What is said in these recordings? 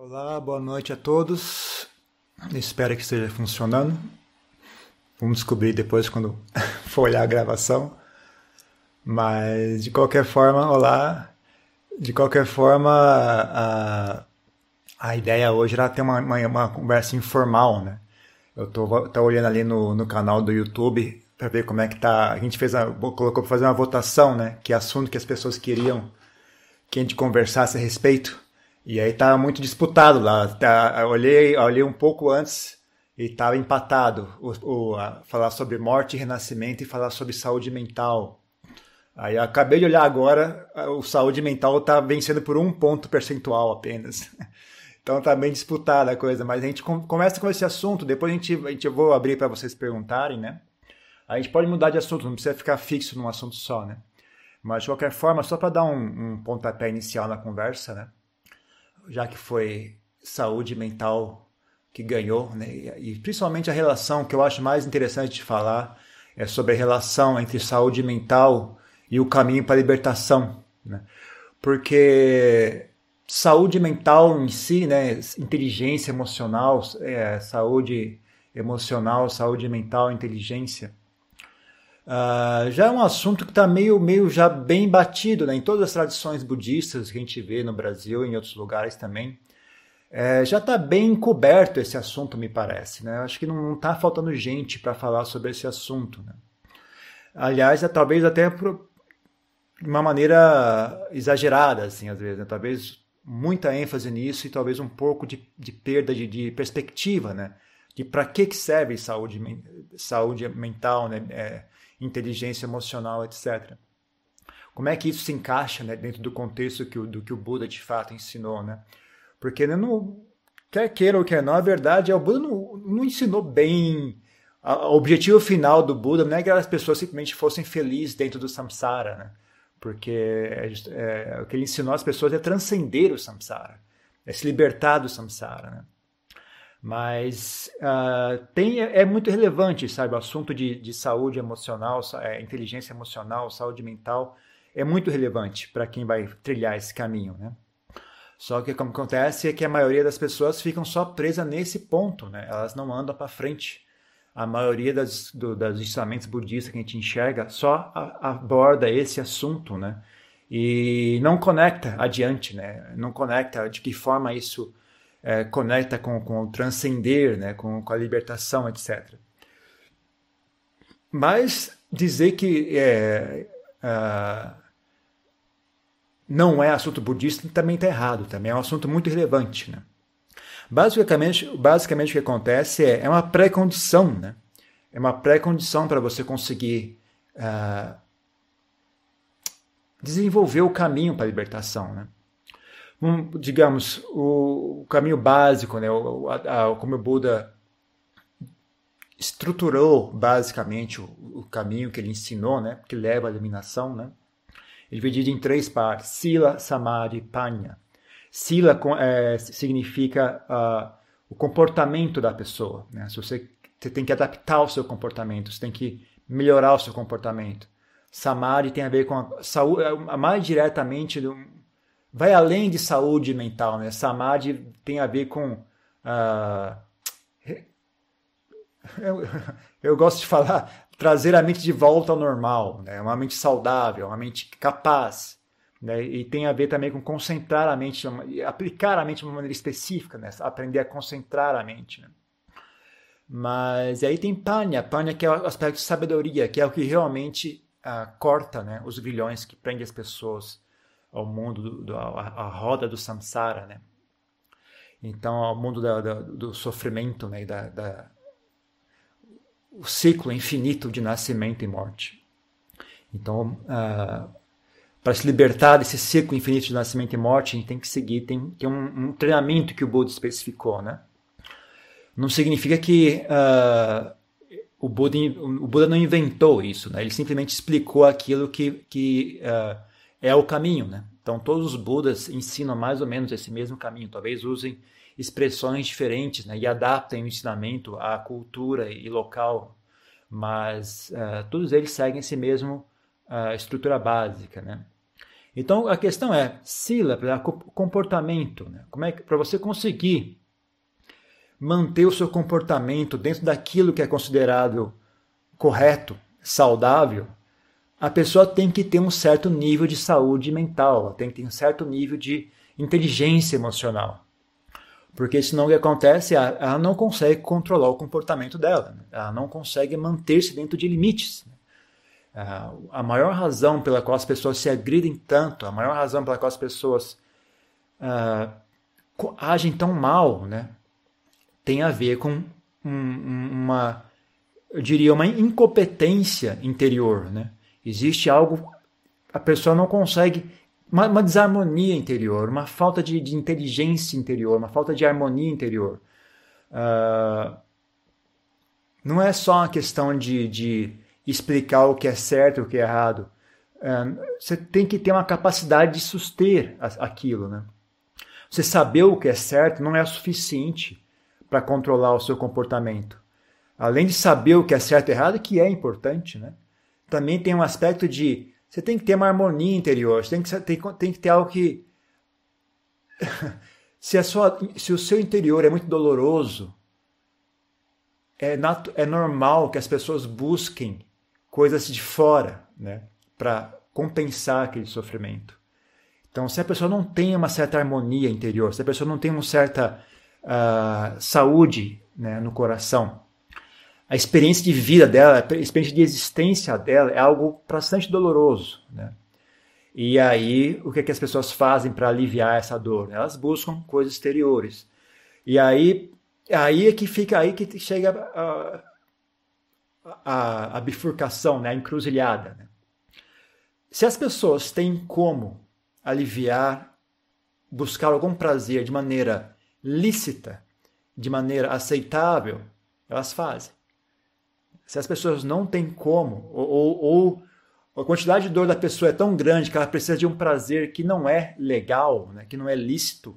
Olá, boa noite a todos. Espero que esteja funcionando. Vamos descobrir depois quando for olhar a gravação. Mas de qualquer forma, olá. De qualquer forma, a ideia hoje era ter uma conversa informal, né? Tô olhando ali no canal do YouTube para ver como é que tá. A gente colocou para fazer uma votação, né? Que assunto que as pessoas queriam que a gente conversasse a respeito. E aí tava muito disputado lá. Eu olhei um pouco antes e tava empatado. Falar sobre morte e renascimento e falar sobre saúde mental. Aí eu acabei de olhar agora, o saúde mental tá vencendo por um ponto percentual apenas. Então tá bem disputada a coisa, mas a gente começa com esse assunto, depois eu vou abrir para vocês perguntarem, né? A gente pode mudar de assunto, não precisa ficar fixo num assunto só, né? Mas de qualquer forma, só para dar um pontapé inicial na conversa, né? Já que foi saúde mental que ganhou, né? E principalmente a relação que eu acho mais interessante de falar é sobre a relação entre saúde mental e o caminho para a libertação, né? Porque saúde mental em si, né? Inteligência emocional, saúde emocional, saúde mental, inteligência, já é um assunto que está meio já bem batido, né? Em todas as tradições budistas que a gente vê no Brasil e em outros lugares também. Já está bem coberto esse assunto, me parece, né? Acho que não está faltando gente para falar sobre esse assunto, né? Aliás, talvez até de uma maneira exagerada, assim, às vezes, né? Talvez muita ênfase nisso e talvez um pouco de perda de perspectiva, né? De para que serve saúde mental, né? Inteligência emocional, etc. Como é que isso se encaixa, né, dentro do contexto do que o Buda de fato ensinou, né? Porque quer queira ou quer não, a verdade é o Buda não ensinou bem. O objetivo final do Buda não é que as pessoas simplesmente fossem felizes dentro do samsara, né? Porque o que ele ensinou às pessoas é transcender o samsara, é se libertar do samsara, né? Mas é muito relevante, sabe? O assunto de saúde emocional, inteligência emocional, saúde mental, é muito relevante para quem vai trilhar esse caminho, né? Só que o que acontece é que a maioria das pessoas ficam só presas nesse ponto, né? Elas não andam para frente. A maioria dos ensinamentos budistas que a gente enxerga só aborda esse assunto, né? E não conecta adiante, né? Não conecta de que forma isso conecta com o transcender, né? com a libertação, etc. Mas dizer que não é assunto budista também está errado, também é um assunto muito relevante, né? Basicamente o que acontece é uma pré-condição, né? É uma pré-condição para você conseguir desenvolver o caminho para a libertação, né? Digamos, o caminho básico, né? Como o Buda estruturou basicamente o caminho que ele ensinou, né? Que leva à iluminação, né? Ele é dividido em 3 partes: Sila, Samadhi e Panya. Sila significa o comportamento da pessoa, né? Você tem que adaptar o seu comportamento, você tem que melhorar o seu comportamento. Samadhi tem a ver com a saúde, mais diretamente, vai além de saúde mental, né? Samadhi tem a ver com eu gosto de falar, trazer a mente de volta ao normal, né? Uma mente saudável, uma mente capaz, né? E tem a ver também com concentrar a mente, aplicar a mente de uma maneira específica, né? Aprender a concentrar a mente, né? Mas aí tem Panya que é o aspecto de sabedoria, que é o que realmente corta, né, os grilhões que prendem as pessoas ao mundo, à roda do samsara, né? Então, ao mundo do sofrimento, né, o ciclo infinito de nascimento e morte. Então, para se libertar desse ciclo infinito de nascimento e morte, a gente tem que seguir, tem um treinamento que o Buda especificou, né? Não significa que o Buda não inventou isso, né? Ele simplesmente explicou aquilo que é o caminho, né? Então, todos os Budas ensinam mais ou menos esse mesmo caminho. Talvez usem expressões diferentes, né? E adaptem o ensinamento à cultura e local. Mas todos eles seguem esse mesmo estrutura básica, né? Então a questão é, sila, comportamento, né? Como é que para você conseguir manter o seu comportamento dentro daquilo que é considerado correto, saudável, a pessoa tem que ter um certo nível de saúde mental, tem que ter um certo nível de inteligência emocional. Porque senão o que acontece é ela não consegue controlar o comportamento dela, né? Ela não consegue manter-se dentro de limites. A maior razão pela qual as pessoas se agridem tanto, a maior razão pela qual as pessoas agem tão mal, né, tem a ver com eu diria, uma incompetência interior, né? Existe algo, a pessoa não consegue, uma desarmonia interior, uma falta de inteligência interior, uma falta de harmonia interior. Não é só uma questão de explicar o que é certo e o que é errado. Você tem que ter uma capacidade de suster aquilo, né? Você saber o que é certo não é o suficiente para controlar o seu comportamento. Além de saber o que é certo e errado, que é importante, né? Também tem um aspecto de você tem que ter uma harmonia interior, você tem que ter algo que se o seu interior é muito doloroso, é normal que as pessoas busquem coisas de fora, né, para compensar aquele sofrimento. Então, se a pessoa não tem uma certa harmonia interior, se a pessoa não tem uma certa saúde, né, no coração, a experiência de vida dela, a experiência de existência dela é algo bastante doloroso, né? E aí, o que as pessoas fazem para aliviar essa dor? Elas buscam coisas exteriores. E aí é que fica, aí que chega a bifurcação, né? A encruzilhada, né? Se as pessoas têm como aliviar, buscar algum prazer de maneira lícita, de maneira aceitável, elas fazem. Se as pessoas não têm como, ou a quantidade de dor da pessoa é tão grande que ela precisa de um prazer que não é legal, né, que não é lícito,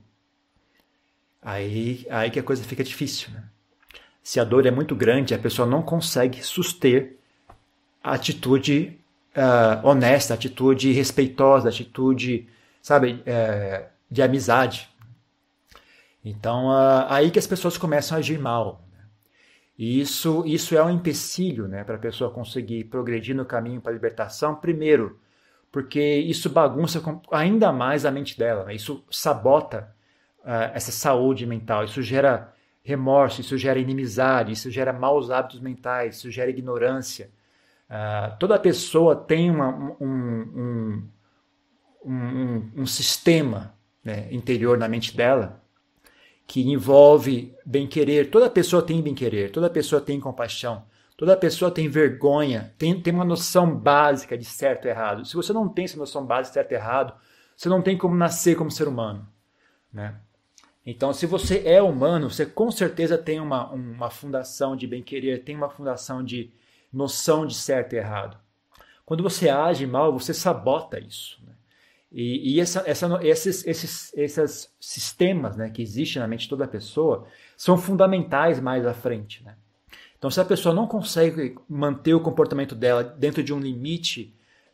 aí que a coisa fica difícil, né? Se a dor é muito grande, a pessoa não consegue suster a atitude honesta, a atitude respeitosa, a atitude, sabe, de amizade. Então, aí que as pessoas começam a agir mal. E isso é um empecilho, né, para a pessoa conseguir progredir no caminho para a libertação. Primeiro, porque isso bagunça ainda mais a mente dela, né? Isso sabota essa saúde mental, isso gera remorso, isso gera inimizade, isso gera maus hábitos mentais, isso gera ignorância. Toda pessoa tem um sistema, né, interior na mente dela que envolve bem-querer. Toda pessoa tem bem-querer, toda pessoa tem compaixão, toda pessoa tem vergonha, tem uma noção básica de certo e errado. Se você não tem essa noção básica de certo e errado, você não tem como nascer como ser humano, né? Então, se você é humano, você com certeza tem uma fundação de bem-querer, tem uma fundação de noção de certo e errado. Quando você age mal, você sabota isso, né? E esses sistemas, né, que existem na mente de toda pessoa são fundamentais mais à frente, né? Então, se a pessoa não consegue manter o comportamento dela dentro de um limite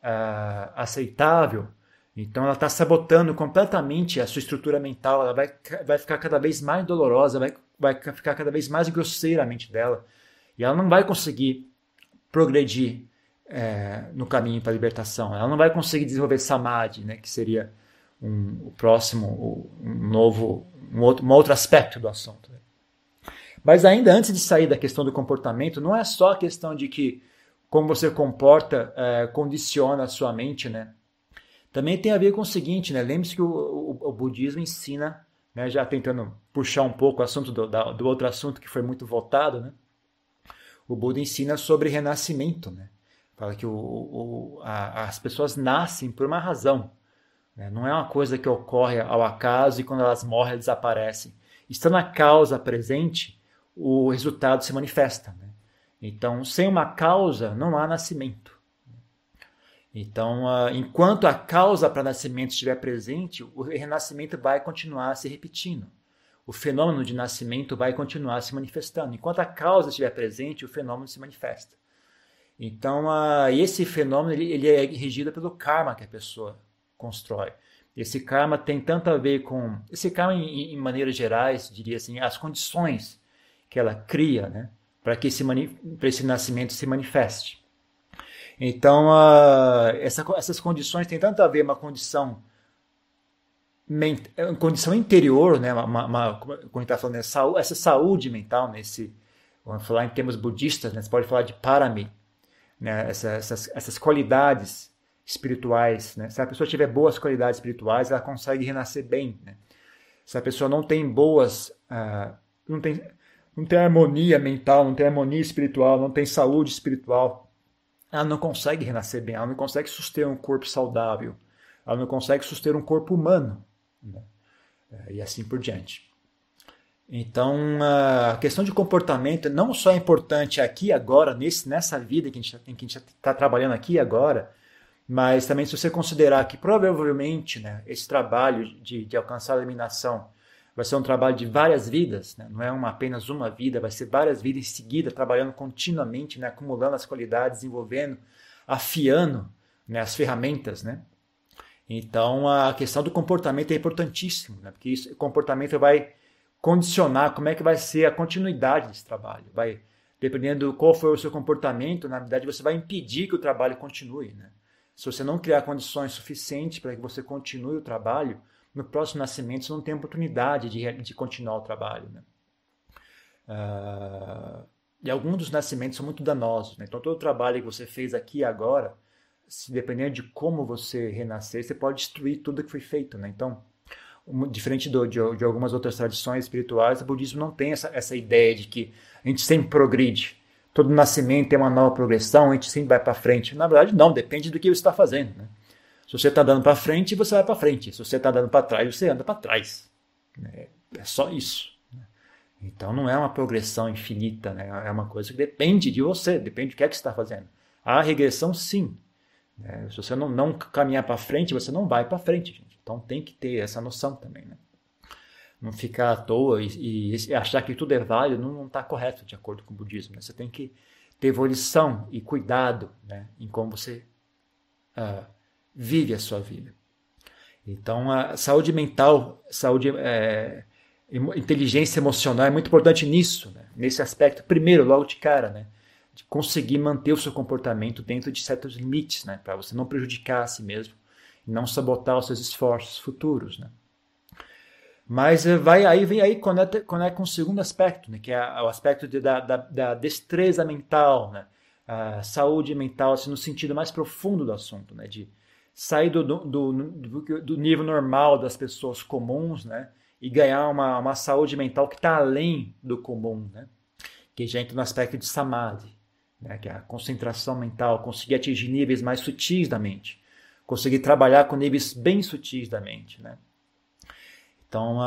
aceitável, então ela está sabotando completamente a sua estrutura mental, ela vai ficar cada vez mais dolorosa, vai ficar cada vez mais grosseira a mente dela, e ela não vai conseguir progredir no caminho para a libertação. Ela não vai conseguir desenvolver samadhi, né, que seria o próximo, um outro aspecto do assunto. Né? Mas ainda antes de sair da questão do comportamento, não é só a questão de que como você comporta condiciona a sua mente, né? Também tem a ver com o seguinte, né? Lembre-se que o budismo ensina, né, já tentando puxar um pouco o assunto do outro assunto que foi muito votado, né? O Buda ensina sobre renascimento, né? Fala que as pessoas nascem por uma razão, né? Não é uma coisa que ocorre ao acaso e quando elas morrem elas desaparecem. Estando a causa presente, o resultado se manifesta, né? Então, sem uma causa, não há nascimento. Então, enquanto a causa para nascimento estiver presente, o renascimento vai continuar se repetindo. O fenômeno de nascimento vai continuar se manifestando. Enquanto a causa estiver presente, o fenômeno se manifesta. Então, esse fenômeno ele é regido pelo karma que a pessoa constrói. Esse karma tem tanto a ver com... Esse karma, em maneiras gerais, diria assim, as condições que ela cria, né, para que esse nascimento se manifeste. Então, essas condições têm tanto a ver com uma condição interior, né, como a gente está falando, essa saúde mental, vamos falar em termos budistas, né, você pode falar de parami, né, essas qualidades espirituais, né? Se a pessoa tiver boas qualidades espirituais, ela consegue renascer bem, né? Se a pessoa não tem não tem harmonia mental, não tem harmonia espiritual, não tem saúde espiritual, ela não consegue renascer bem, ela não consegue suster um corpo saudável, ela não consegue suster um corpo humano, né? E assim por diante. Então, a questão de comportamento não só é importante aqui e agora, nessa vida em que a gente está trabalhando aqui e agora, mas também se você considerar que provavelmente, né, esse trabalho de alcançar a iluminação vai ser um trabalho de várias vidas, né? Não é apenas uma vida, vai ser várias vidas em seguida, trabalhando continuamente, né, acumulando as qualidades, desenvolvendo, afiando, né, as ferramentas, né? Então a questão do comportamento é importantíssimo, né? Porque o comportamento vai condicionar como é que vai ser a continuidade desse trabalho. Dependendo qual for o seu comportamento, na verdade você vai impedir que o trabalho continue, né? Se você não criar condições suficientes para que você continue o trabalho, no próximo nascimento você não tem oportunidade de continuar o trabalho, né? E alguns dos nascimentos são muito danosos, né? Então todo o trabalho que você fez aqui e agora, se dependendo de como você renascer, você pode destruir tudo que foi feito, né? Então, diferente de algumas outras tradições espirituais, o budismo não tem essa ideia de que a gente sempre progride. Todo nascimento tem uma nova progressão, a gente sempre vai para frente. Na verdade, não, depende do que você está fazendo, né? Se você está dando para frente, você vai para frente. Se você está dando para trás, você anda para trás. É só isso. Então não é uma progressão infinita, né? É uma coisa que depende de você, depende do que é que você está fazendo. Há regressão, sim. Se você não caminhar para frente, você não vai para frente, gente. Então tem que ter essa noção também, né? Não ficar à toa e achar que tudo é válido não está correto de acordo com o budismo, né? Você tem que ter evolução e cuidado, né, em como você vive a sua vida. Então a saúde mental, inteligência emocional é muito importante nisso, né? Nesse aspecto, primeiro, logo de cara, né? De conseguir manter o seu comportamento dentro de certos limites, né? Para você não prejudicar a si mesmo e não sabotar os seus esforços futuros, né? Mas vem aí conecta com o segundo aspecto, né, que é o aspecto da destreza mental, né, a saúde mental, assim, no sentido mais profundo do assunto, né, de sair do nível normal das pessoas comuns, né, e ganhar uma saúde mental que está além do comum, né, que já entra no aspecto de samadhi, né, que é a concentração mental, conseguir atingir níveis mais sutis da mente, conseguir trabalhar com níveis bem sutis da mente, né. Então,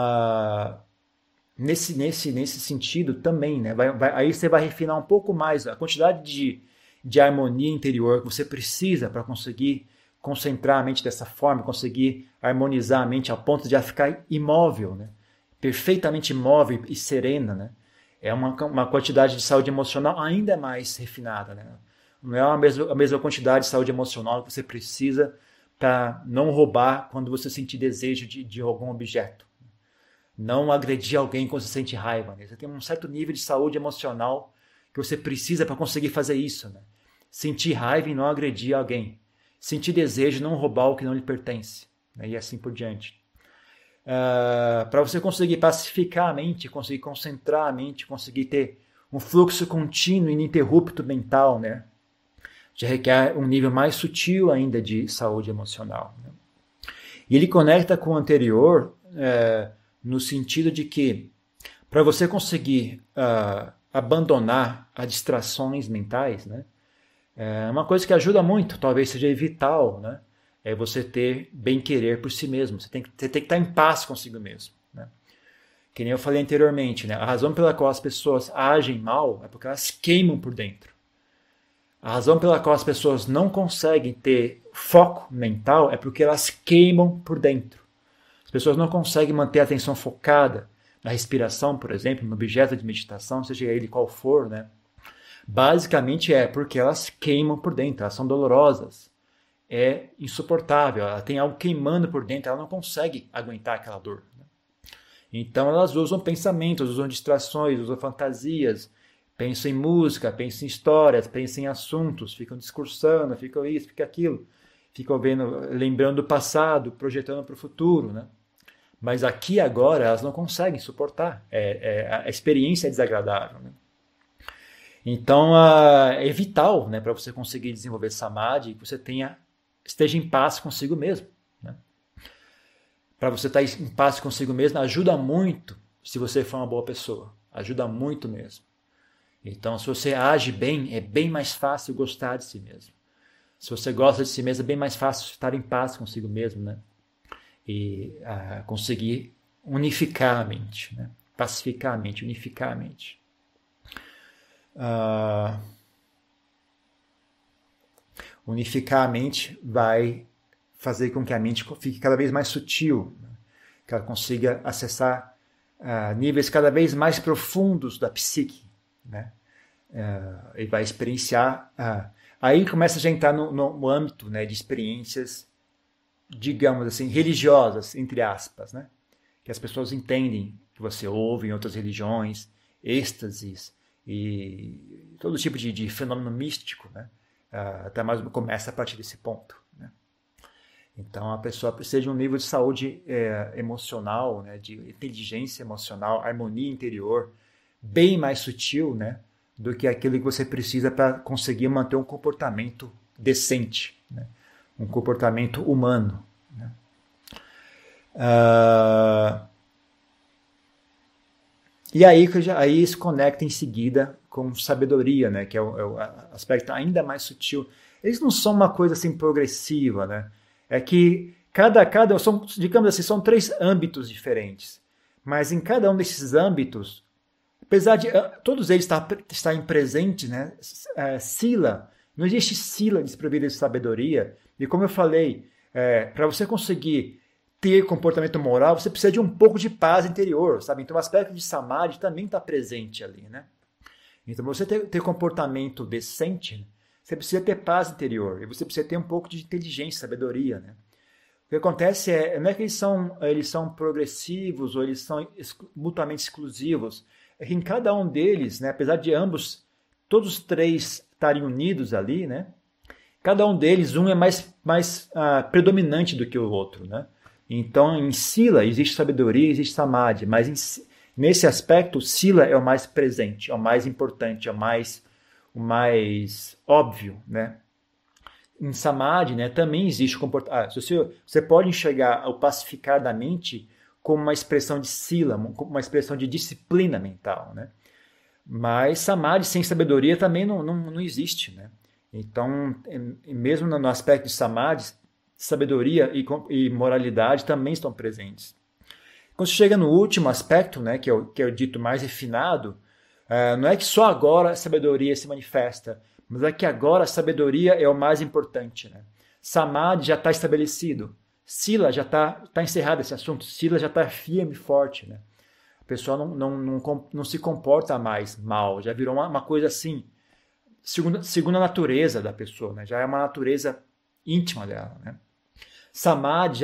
nesse sentido também, né, aí você vai refinar um pouco mais a quantidade de harmonia interior que você precisa para conseguir concentrar a mente dessa forma, conseguir harmonizar a mente ao ponto de ela ficar imóvel, né, perfeitamente imóvel e serena, né. É uma quantidade de saúde emocional ainda mais refinada, né. Não é a mesma quantidade de saúde emocional que você precisa para não roubar quando você sentir desejo de algum objeto. Não agredir alguém quando você sente raiva, né? Você tem um certo nível de saúde emocional que você precisa para conseguir fazer isso, né? Sentir raiva e não agredir alguém. Sentir desejo e não roubar o que não lhe pertence, né? E assim por diante. Para você conseguir pacificar a mente, conseguir concentrar a mente, conseguir ter um fluxo contínuo e ininterrupto mental, né? Já requer um nível mais sutil ainda de saúde emocional, né? E ele conecta com o anterior, no sentido de que, para você conseguir abandonar as distrações mentais, né, uma coisa que ajuda muito, talvez seja vital, né, é você ter bem-querer por si mesmo. Você tem que estar em paz consigo mesmo, né? Que nem eu falei anteriormente, né, a razão pela qual as pessoas agem mal é porque elas queimam por dentro. A razão pela qual as pessoas não conseguem ter foco mental é porque elas queimam por dentro. As pessoas não conseguem manter a atenção focada na respiração, por exemplo, no objeto de meditação, seja ele qual for, né? Basicamente é porque elas queimam por dentro, elas são dolorosas. é insuportável, ela tem algo queimando por dentro, ela não consegue aguentar aquela dor. Então elas usam pensamentos, usam distrações, usam fantasias, pensam em música, pensam em histórias, pensam em assuntos, ficam discursando, ficam isso, ficam aquilo, ficam lembrando do passado, projetando para o futuro, né? Mas aqui agora elas não conseguem suportar, a experiência é desagradável, né? Então é vital, né, para você conseguir desenvolver samadhi, que você esteja em paz consigo mesmo, né? Para você estar em paz consigo mesmo ajuda muito se você for uma boa pessoa, ajuda muito mesmo. Então, se você age bem, é bem mais fácil gostar de si mesmo. Se você gosta de si mesmo, é bem mais fácil estar em paz consigo mesmo, né? E conseguir unificar a mente, né? Pacificar a mente, unificar a mente. Unificar a mente vai fazer com que a mente fique cada vez mais sutil, né? Que ela consiga acessar níveis cada vez mais profundos da psique, né? E vai experienciar. Aí começa a entrar no âmbito, né, de experiências, digamos assim, religiosas, entre aspas, né? Que as pessoas entendem, que você ouve em outras religiões, êxtases e todo tipo de fenômeno místico, né? Até mais começa a partir desse ponto, né? Então a pessoa precisa de um nível de saúde emocional, né, de inteligência emocional, harmonia interior, bem mais sutil, né, do que aquilo que você precisa para conseguir manter um comportamento decente, né, um comportamento humano, né. E aí isso conecta em seguida com sabedoria, né, que é o aspecto ainda mais sutil. Eles não são uma coisa assim progressiva, né? É que digamos assim, são 3 âmbitos diferentes. Mas em cada um desses âmbitos, apesar de todos eles estarem presentes, né, sila, não existe sila desprovida de sabedoria. E como eu falei, para você conseguir ter comportamento moral, você precisa de um pouco de paz interior, sabe? Então o aspecto de samadhi também está presente ali, né? Então você ter comportamento decente, você precisa ter paz interior, e você precisa ter um pouco de inteligência, sabedoria, né? O que acontece não é que eles são progressivos ou eles são mutuamente exclusivos, é que em cada um deles, né, apesar de todos os 3 estarem unidos ali, né, cada um deles, um é mais predominante do que o outro, né? Então, em Sila existe sabedoria, existe samadhi, mas nesse aspecto, Sila é o mais presente, é o mais importante, é o mais óbvio, né? Em Samadhi, né, também existe o comportamento. Você pode enxergar o pacificar da mente como uma expressão de Sila, como uma expressão de disciplina mental, né? Mas Samadhi sem sabedoria também não existe, né? Então, mesmo no aspecto de Samadhi, sabedoria e moralidade também estão presentes. Quando você chega no último aspecto, né, que é o dito mais refinado, não é que só agora a sabedoria se manifesta, mas é que agora a sabedoria é o mais importante, né? Samadhi já está estabelecido. Sila já está encerrado esse assunto. Sila já está firme e forte, né? A pessoa não se comporta mais mal. Já virou uma coisa assim, segundo a natureza da pessoa, né? Já é uma natureza íntima dela, né? Samadhi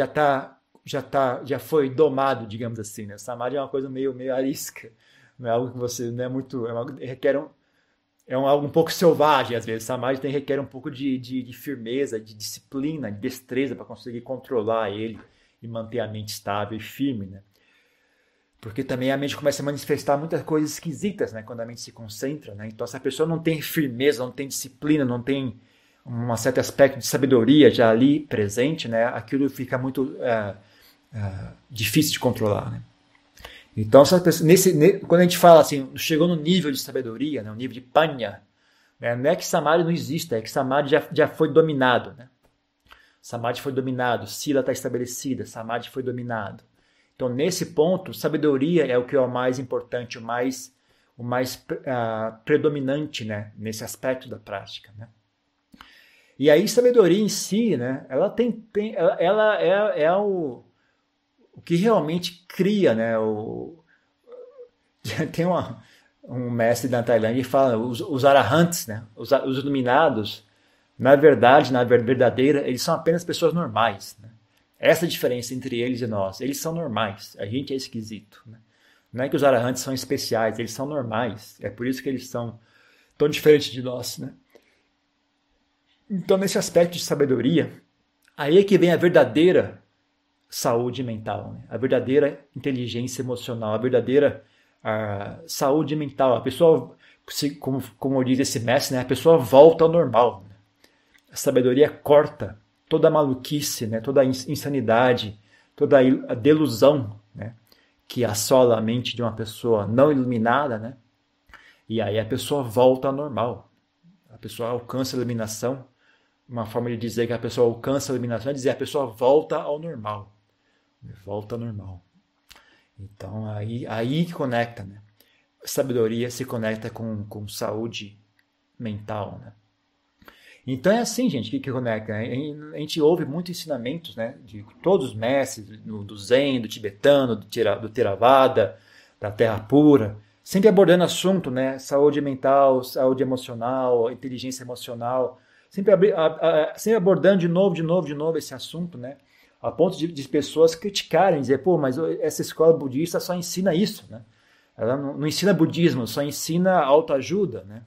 já foi domado, digamos assim, né? Samadhi é uma coisa meio arisca. Não é algo que você não é muito, algo um pouco selvagem às vezes. Samadhi requer um pouco de firmeza, de disciplina, de destreza para conseguir controlar ele e manter a mente estável e firme, né? Porque também a mente começa a manifestar muitas coisas esquisitas, né, quando a mente se concentra, né? Então, se a pessoa não tem firmeza, não tem disciplina, não tem um certo aspecto de sabedoria já ali presente, né, aquilo fica muito difícil de controlar, né? Então, quando a gente fala assim, chegou no nível de sabedoria, né, no nível de panya, né, não é que Samadhi não exista, é que Samadhi já foi dominado, né? Samadhi foi dominado, Sila está estabelecida, Samadhi foi dominado. Então, nesse ponto, sabedoria é o que é o mais importante, o mais predominante, né, nesse aspecto da prática, né? E aí, sabedoria em si, né, ela é o que realmente cria, né? Tem um mestre da Tailândia que fala, os arahants, né, os iluminados, Na verdadeira, eles são apenas pessoas normais, né? Essa é a diferença entre eles e nós. Eles são normais, a gente é esquisito, né? Não é que os arahantes são especiais, eles são normais. É por isso que eles são tão diferentes de nós, né? Então, nesse aspecto de sabedoria, aí é que vem a verdadeira saúde mental, né? A verdadeira inteligência emocional, a verdadeira saúde mental. A pessoa, como diz esse mestre, né? A pessoa volta ao normal, né? A sabedoria corta toda a maluquice, né? Toda a insanidade, toda a delusão, né? Que assola a mente de uma pessoa não iluminada, né? E aí a pessoa volta ao normal. A pessoa alcança a iluminação. Uma forma de dizer que a pessoa alcança a iluminação é dizer que a pessoa volta ao normal. Volta ao normal. Então aí conecta, né? Sabedoria se conecta com saúde mental, né? Então é assim, gente, que conecta. A gente ouve muitos ensinamentos, né, de todos os mestres, do Zen, do tibetano, do Theravada, da Terra Pura, sempre abordando assunto, né, saúde mental, saúde emocional, inteligência emocional, sempre abordando de novo esse assunto, né, a ponto de pessoas criticarem, dizer, pô, mas essa escola budista só ensina isso, né? Ela não ensina budismo, só ensina autoajuda, né?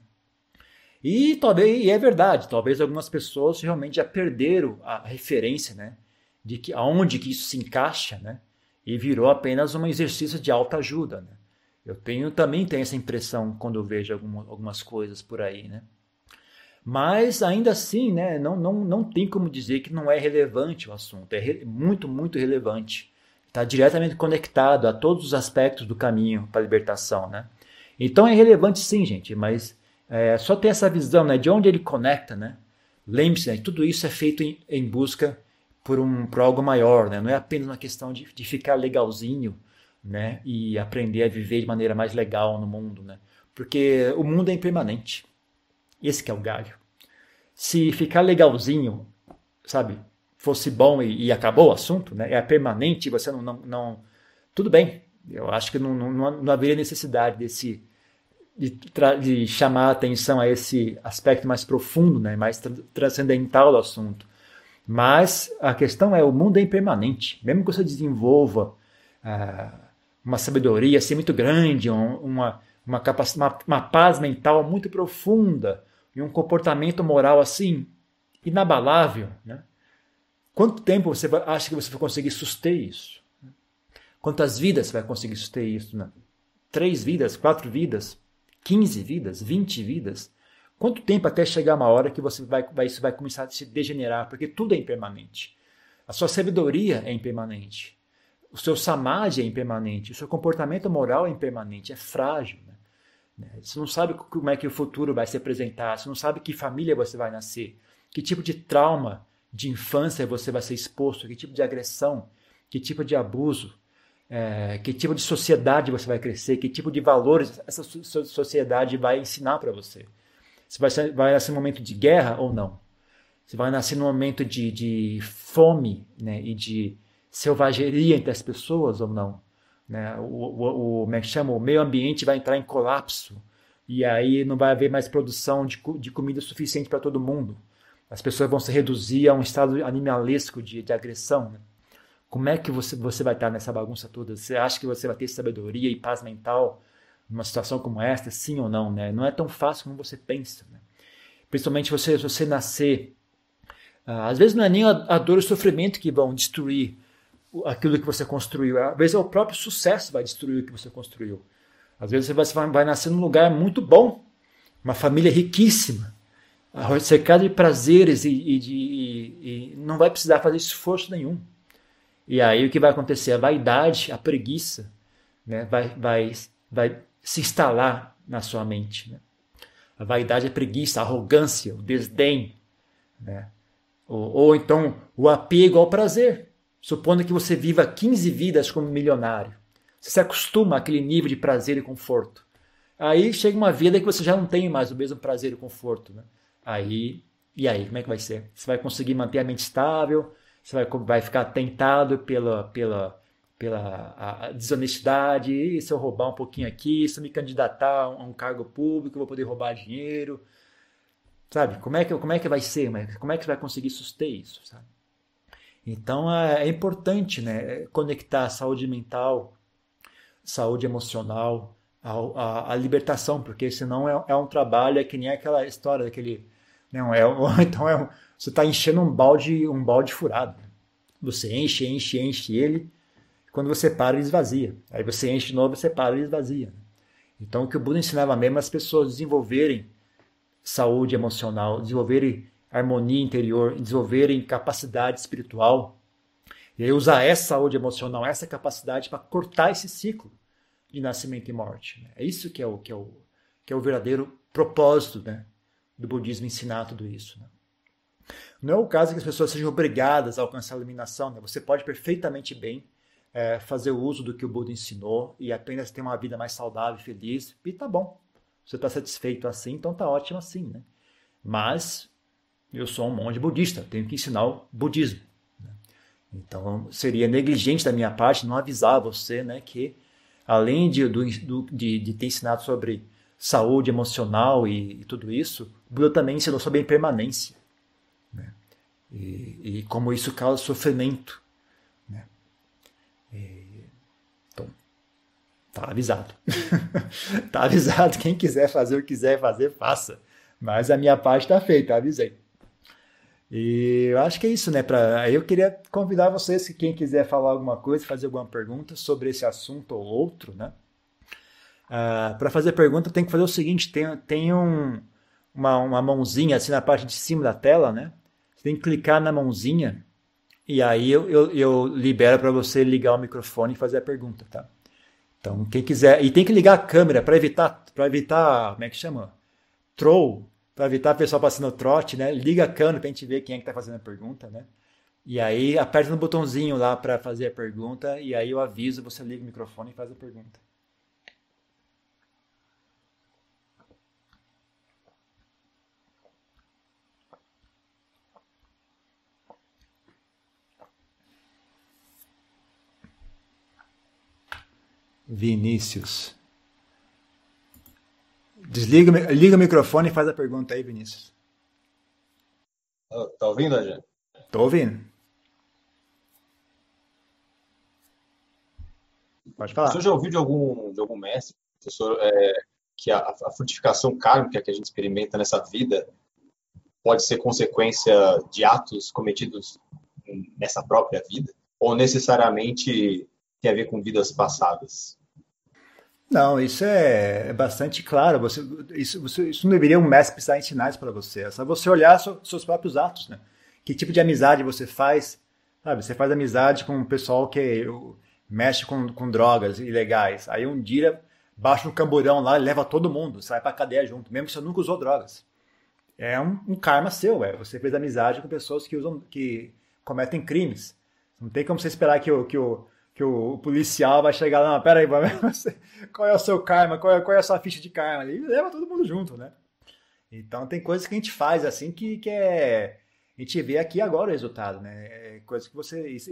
E é verdade, talvez algumas pessoas realmente já perderam a referência, né, de que aonde que isso se encaixa, né, e virou apenas um exercício de autoajuda, né. Eu também tenho essa impressão quando eu vejo algumas coisas por aí, né. Mas ainda assim, né, não tem como dizer que não é relevante o assunto, é muito, muito relevante. Está diretamente conectado a todos os aspectos do caminho para a libertação, né. Então é relevante sim, gente, mas só ter essa visão, né, de onde ele conecta, né? Lembre-se, né, tudo isso é feito em busca por algo maior, né? Não é apenas uma questão de ficar legalzinho, né, e aprender a viver de maneira mais legal no mundo, né? Porque o mundo é impermanente. Esse que é o galho. Se ficar legalzinho, sabe, fosse bom e acabou o assunto, né? É permanente, você não tudo bem. Eu acho que não haveria necessidade de chamar a atenção a esse aspecto mais profundo, né, mais transcendental do assunto. Mas a questão é, o mundo é impermanente. Mesmo que você desenvolva uma sabedoria assim, muito grande, uma paz mental muito profunda e um comportamento moral assim inabalável, né? Quanto tempo você acha que você vai conseguir suster isso? Quantas vidas você vai conseguir suster isso? Né? 3 vidas, 4 vidas? 15 vidas, 20 vidas? Quanto tempo até chegar uma hora que isso vai começar a se degenerar? Porque tudo é impermanente. A sua sabedoria é impermanente. O seu samadhi é impermanente. O seu comportamento moral é impermanente. É frágil. Né? Você não sabe como é que o futuro vai se apresentar. Você não sabe que família você vai nascer. Que tipo de trauma de infância você vai ser exposto. Que tipo de agressão. Que tipo de abuso. Que tipo de sociedade você vai crescer, que tipo de valores essa sociedade vai ensinar para você. Você vai nascer num momento de guerra ou não? Você vai nascer num momento de fome, né, e de selvageria entre as pessoas ou não? Né? Como é que chama? O meio ambiente vai entrar em colapso e aí não vai haver mais produção de comida suficiente para todo mundo. As pessoas vão se reduzir a um estado animalesco de agressão, né? Como é que você vai estar nessa bagunça toda? Você acha que você vai ter sabedoria e paz mental numa situação como esta, sim ou não? Né? Não é tão fácil como você pensa. Né? Principalmente você nascer. Às vezes não é nem a dor e o sofrimento que vão destruir aquilo que você construiu. Às vezes é o próprio sucesso que vai destruir o que você construiu. Às vezes você vai nascer num lugar muito bom, uma família riquíssima, cercado de prazeres e não vai precisar fazer esforço nenhum. E aí o que vai acontecer? A vaidade, a preguiça, né, vai se instalar na sua mente. Né? A vaidade, a preguiça, a arrogância, o desdém. Né? Ou então o apego ao prazer. Supondo que você viva 15 vidas como milionário. Você se acostuma àquele nível de prazer e conforto. Aí chega uma vida que você já não tem mais o mesmo prazer e conforto. Né? E aí, como é que vai ser? Você vai conseguir manter a mente estável? Você vai ficar tentado pela a desonestidade? E se eu roubar um pouquinho aqui, se eu me candidatar a um cargo público, eu vou poder roubar dinheiro? Sabe? Como é que vai ser? Como é que você vai conseguir suster isso? Sabe? Então é importante, né, conectar a saúde mental, saúde emocional, a libertação, porque senão é um trabalho, é que nem aquela história daquele. Não, então você está enchendo um balde furado. Você enche, enche, enche ele, quando você para, ele esvazia. Aí você enche de novo, você para, ele esvazia. Então o que o Buda ensinava mesmo é as pessoas desenvolverem saúde emocional, desenvolverem harmonia interior, desenvolverem capacidade espiritual. E aí usar essa saúde emocional, essa capacidade para cortar esse ciclo de nascimento e morte. É isso que é o verdadeiro propósito, né, do budismo ensinar tudo isso. Né? Não é o caso que as pessoas sejam obrigadas a alcançar a iluminação. Né? Você pode perfeitamente bem fazer o uso do que o Buda ensinou e apenas ter uma vida mais saudável e feliz. E tá bom. Você está satisfeito assim, então tá ótimo assim. Né? Mas eu sou um monge budista, tenho que ensinar o budismo. Né? Então seria negligente da minha parte não avisar você, né, que além de ter ensinado sobre saúde emocional e tudo isso, o Buda também ensinou sobre a impermanência. Né? E como isso causa sofrimento. Né? Então, tá avisado. Tá avisado. Quem quiser fazer o que quiser fazer, faça. Mas a minha parte está feita, avisei. E eu acho que é isso, né? Eu queria convidar vocês, que quem quiser falar alguma coisa, fazer alguma pergunta sobre esse assunto ou outro, né? Para fazer pergunta, tem que fazer o seguinte: tem uma mãozinha assim na parte de cima da tela, né? Você tem que clicar na mãozinha e aí eu libero para você ligar o microfone e fazer a pergunta, tá? Então, quem quiser. E tem que ligar a câmera para evitar, como é que chama? Troll, para evitar a pessoa passando trote, né? Liga a câmera para a gente ver quem é que está fazendo a pergunta, né? E aí aperta no botãozinho lá para fazer a pergunta e aí eu aviso, você liga o microfone e faz a pergunta. Vinícius. Liga o microfone e faz a pergunta aí, Vinícius. Tá ouvindo, Ajá? Tô ouvindo. Pode O senhor falar. já ouviu de algum mestre, professor, que a frutificação kármica que a gente experimenta nessa vida pode ser consequência de atos cometidos nessa própria vida? Ou necessariamente tem a ver com vidas passadas? Não, isso é bastante claro. Isso não deveria um mestre precisar ensinar isso para você. É só você olhar seus próprios atos, né? Que tipo de amizade você faz? Sabe, você faz amizade com um pessoal que mexe com drogas ilegais. Aí um dia baixa no camburão lá e leva todo mundo, sai pra cadeia junto, mesmo que você nunca usou drogas. É um karma seu, você fez amizade com pessoas que cometem crimes. Não tem como você esperar que o policial vai chegar lá, não, pera aí, qual é o seu karma, qual é a sua ficha de karma? E leva todo mundo junto, né? Então tem coisas que a gente faz assim que a gente vê aqui agora o resultado, né? Coisas que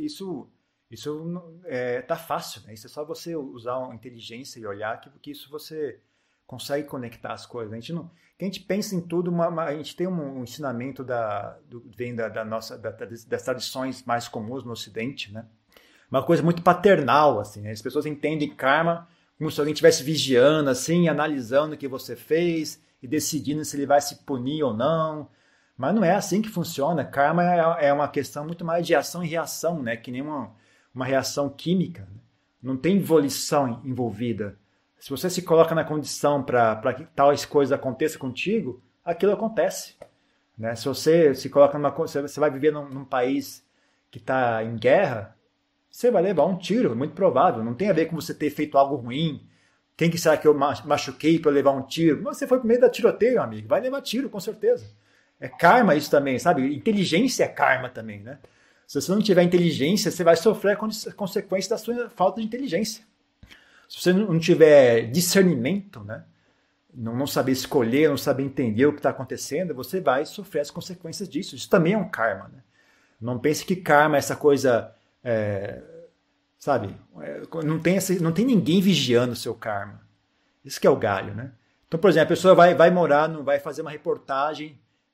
tá fácil, né? Isso é só você usar uma inteligência e olhar que isso você consegue conectar as coisas. A gente não, que a gente pensa em tudo, a gente tem um ensinamento vem das tradições mais comuns no Ocidente, né? Uma coisa muito paternal, assim, né? As pessoas entendem karma como se alguém estivesse vigiando, assim, analisando o que você fez e decidindo se ele vai se punir ou não. Mas não é assim que funciona. Karma é uma questão muito mais de ação e reação, né? Que nem uma reação química. Né? Não tem volição envolvida. Se você se coloca na condição para que tais coisas aconteçam contigo, aquilo acontece. Né? Se você se coloca você vai viver num país que está em guerra, você vai levar um tiro, muito provável. Não tem a ver com você ter feito algo ruim. Quem que será que eu machuquei para levar um tiro? Você foi pro meio da tiroteio, amigo. Vai levar tiro, com certeza. É karma isso também, sabe? Inteligência é karma também, né? Se você não tiver inteligência, você vai sofrer a consequência da sua falta de inteligência. Se você não tiver discernimento, né? Não saber escolher, não saber entender o que está acontecendo, você vai sofrer as consequências disso. Isso também é um karma, né? Não pense que karma é essa coisa, sabe? Não tem ninguém vigiando o seu karma. Isso que é o galho, né? Então, por exemplo, a pessoa vai morar, vai fazer uma reportagem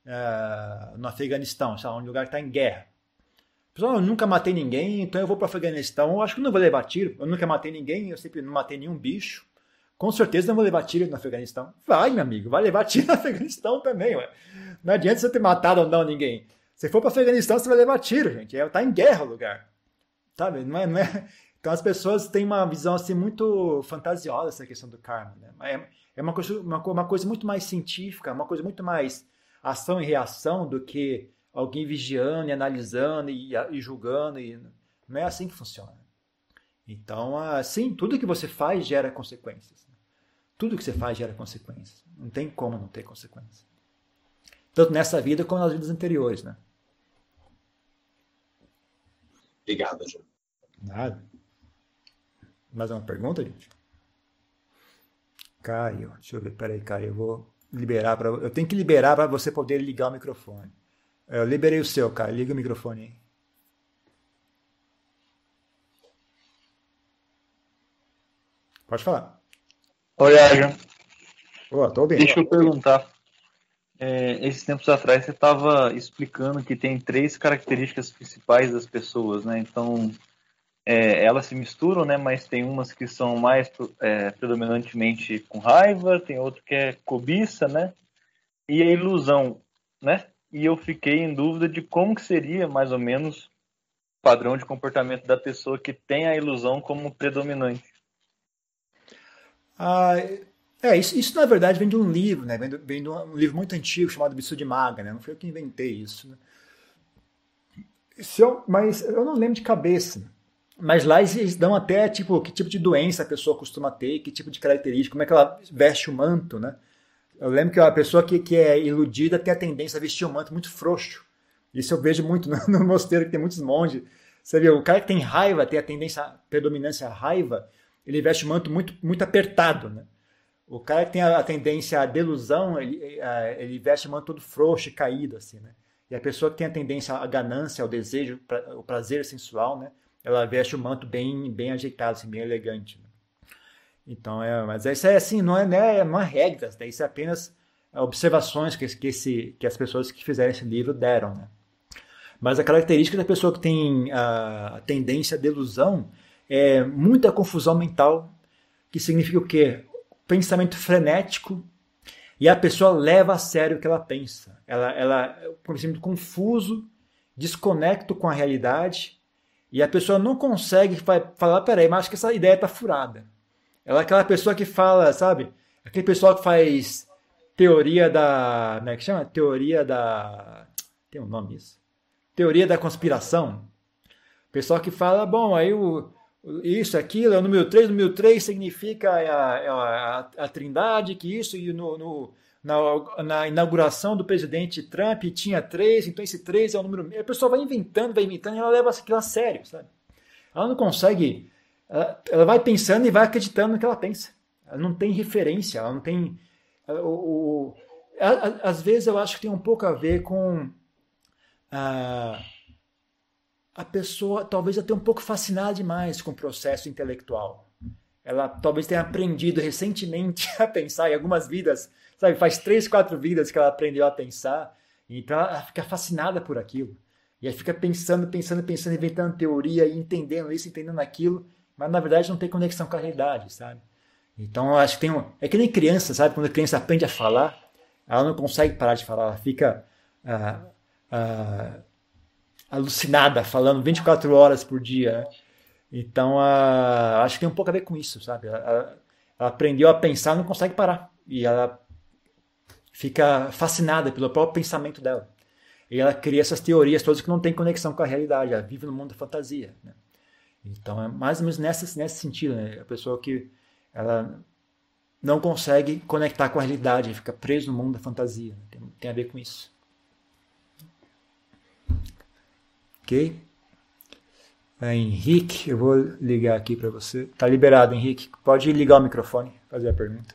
no Afeganistão, sabe? Um lugar que está em guerra. Pessoal, eu nunca matei ninguém, então eu vou para o Afeganistão, eu acho que não vou levar tiro, eu nunca matei ninguém, eu sempre não matei nenhum bicho, com certeza não vou levar tiro no Afeganistão. Vai, meu amigo, vai levar tiro no Afeganistão também, ué. Não adianta você ter matado ou não ninguém. Se for para o Afeganistão, você vai levar tiro, gente, tá em guerra o lugar, sabe? Não é... Então as pessoas têm uma visão assim muito fantasiosa dessa questão do karma, né? É uma coisa muito mais científica, uma coisa muito mais ação e reação do que alguém vigiando e analisando e julgando. Não é assim que funciona. Então, assim, tudo que você faz gera consequências. Tudo que você faz gera consequências. Não tem como não ter consequências. Tanto nessa vida como nas vidas anteriores, né? Obrigado, João. Nada. Mais uma pergunta, gente? Caio, deixa eu ver, peraí, Caio, eu vou liberar para... Eu tenho que liberar para você poder ligar o microfone. Eu liberei o seu, Caio, liga o microfone aí. Pode falar. Oi, Aja. Tô ouvindo. Deixa eu perguntar. Esses tempos atrás você estava explicando que tem 3 características principais das pessoas, né? Então, elas se misturam, né? Mas tem umas que são mais predominantemente com raiva, tem outro que é cobiça, né? E a ilusão, né? E eu fiquei em dúvida de como que seria, mais ou menos, o padrão de comportamento da pessoa que tem a ilusão como predominante. Isso na verdade vem de um livro, né? Vem de um livro muito antigo chamado Visuddhimagga, né? Não foi eu que inventei isso, né? Mas eu não lembro de cabeça. Mas lá eles dão até tipo, que tipo de doença a pessoa costuma ter, que tipo de característica, como é que ela veste o manto, né? Eu lembro que a pessoa que é iludida tem a tendência a vestir um manto muito frouxo. Isso eu vejo muito no mosteiro, que tem muitos monges. Você vê, o cara que tem raiva, tem a tendência, a predominância à raiva, ele veste um manto muito, muito apertado, né? O cara que tem a tendência à delusão, ele veste um manto todo frouxo e caído, assim, né? E a pessoa que tem a tendência à ganância, ao desejo, ao prazer sensual, né? Ela veste o manto bem, bem ajeitado, assim, bem elegante, né? Então, mas isso é assim, não é regras, né? Isso é apenas observações que as pessoas que fizeram esse livro deram, né? Mas a característica da pessoa que tem a tendência à delusão é muita confusão mental, que significa o quê? Pensamento frenético, e a pessoa leva a sério o que ela pensa. Ela é um pensamento confuso, desconecto com a realidade, e a pessoa não consegue falar, peraí, mas acho que essa ideia está furada. Ela é aquela pessoa que fala, sabe? Aquele pessoal que faz teoria da... Como é que chama? Teoria da... Tem um nome isso. Teoria da conspiração. Pessoal que fala, bom, aí isso, aquilo, é o número 3 significa a trindade, que isso, e na inauguração do presidente Trump tinha 3, então esse 3 é o número... A pessoa vai inventando, e ela leva aquilo a sério, sabe? Ela não consegue... Ela vai pensando e vai acreditando no que ela pensa. Ela não tem referência, ela não tem... Às vezes eu acho que tem um pouco a ver com a pessoa talvez até um pouco fascinada demais com o processo intelectual. Ela talvez tenha aprendido recentemente a pensar em algumas vidas, sabe? Faz 3, 4 vidas que ela aprendeu a pensar, então ela fica fascinada por aquilo. E aí fica pensando, inventando teoria e entendendo isso, entendendo aquilo, mas na verdade não tem conexão com a realidade, sabe? Então eu acho que é que nem criança, sabe? Quando a criança aprende a falar, ela não consegue parar de falar, ela fica alucinada, falando 24 horas por dia, né? Então acho que tem um pouco a ver com isso, sabe? Ela aprendeu a pensar, não consegue parar, e ela fica fascinada pelo próprio pensamento dela. E ela cria essas teorias todas que não têm conexão com a realidade, ela vive no mundo da fantasia, né? Então é mais ou menos nesse sentido, né? A pessoa que ela não consegue conectar com a realidade, fica preso no mundo da fantasia, né? Tem a ver com isso. Ok? Henrique, eu vou ligar aqui para você. Tá liberado, Henrique. Pode ligar o microfone, fazer a pergunta.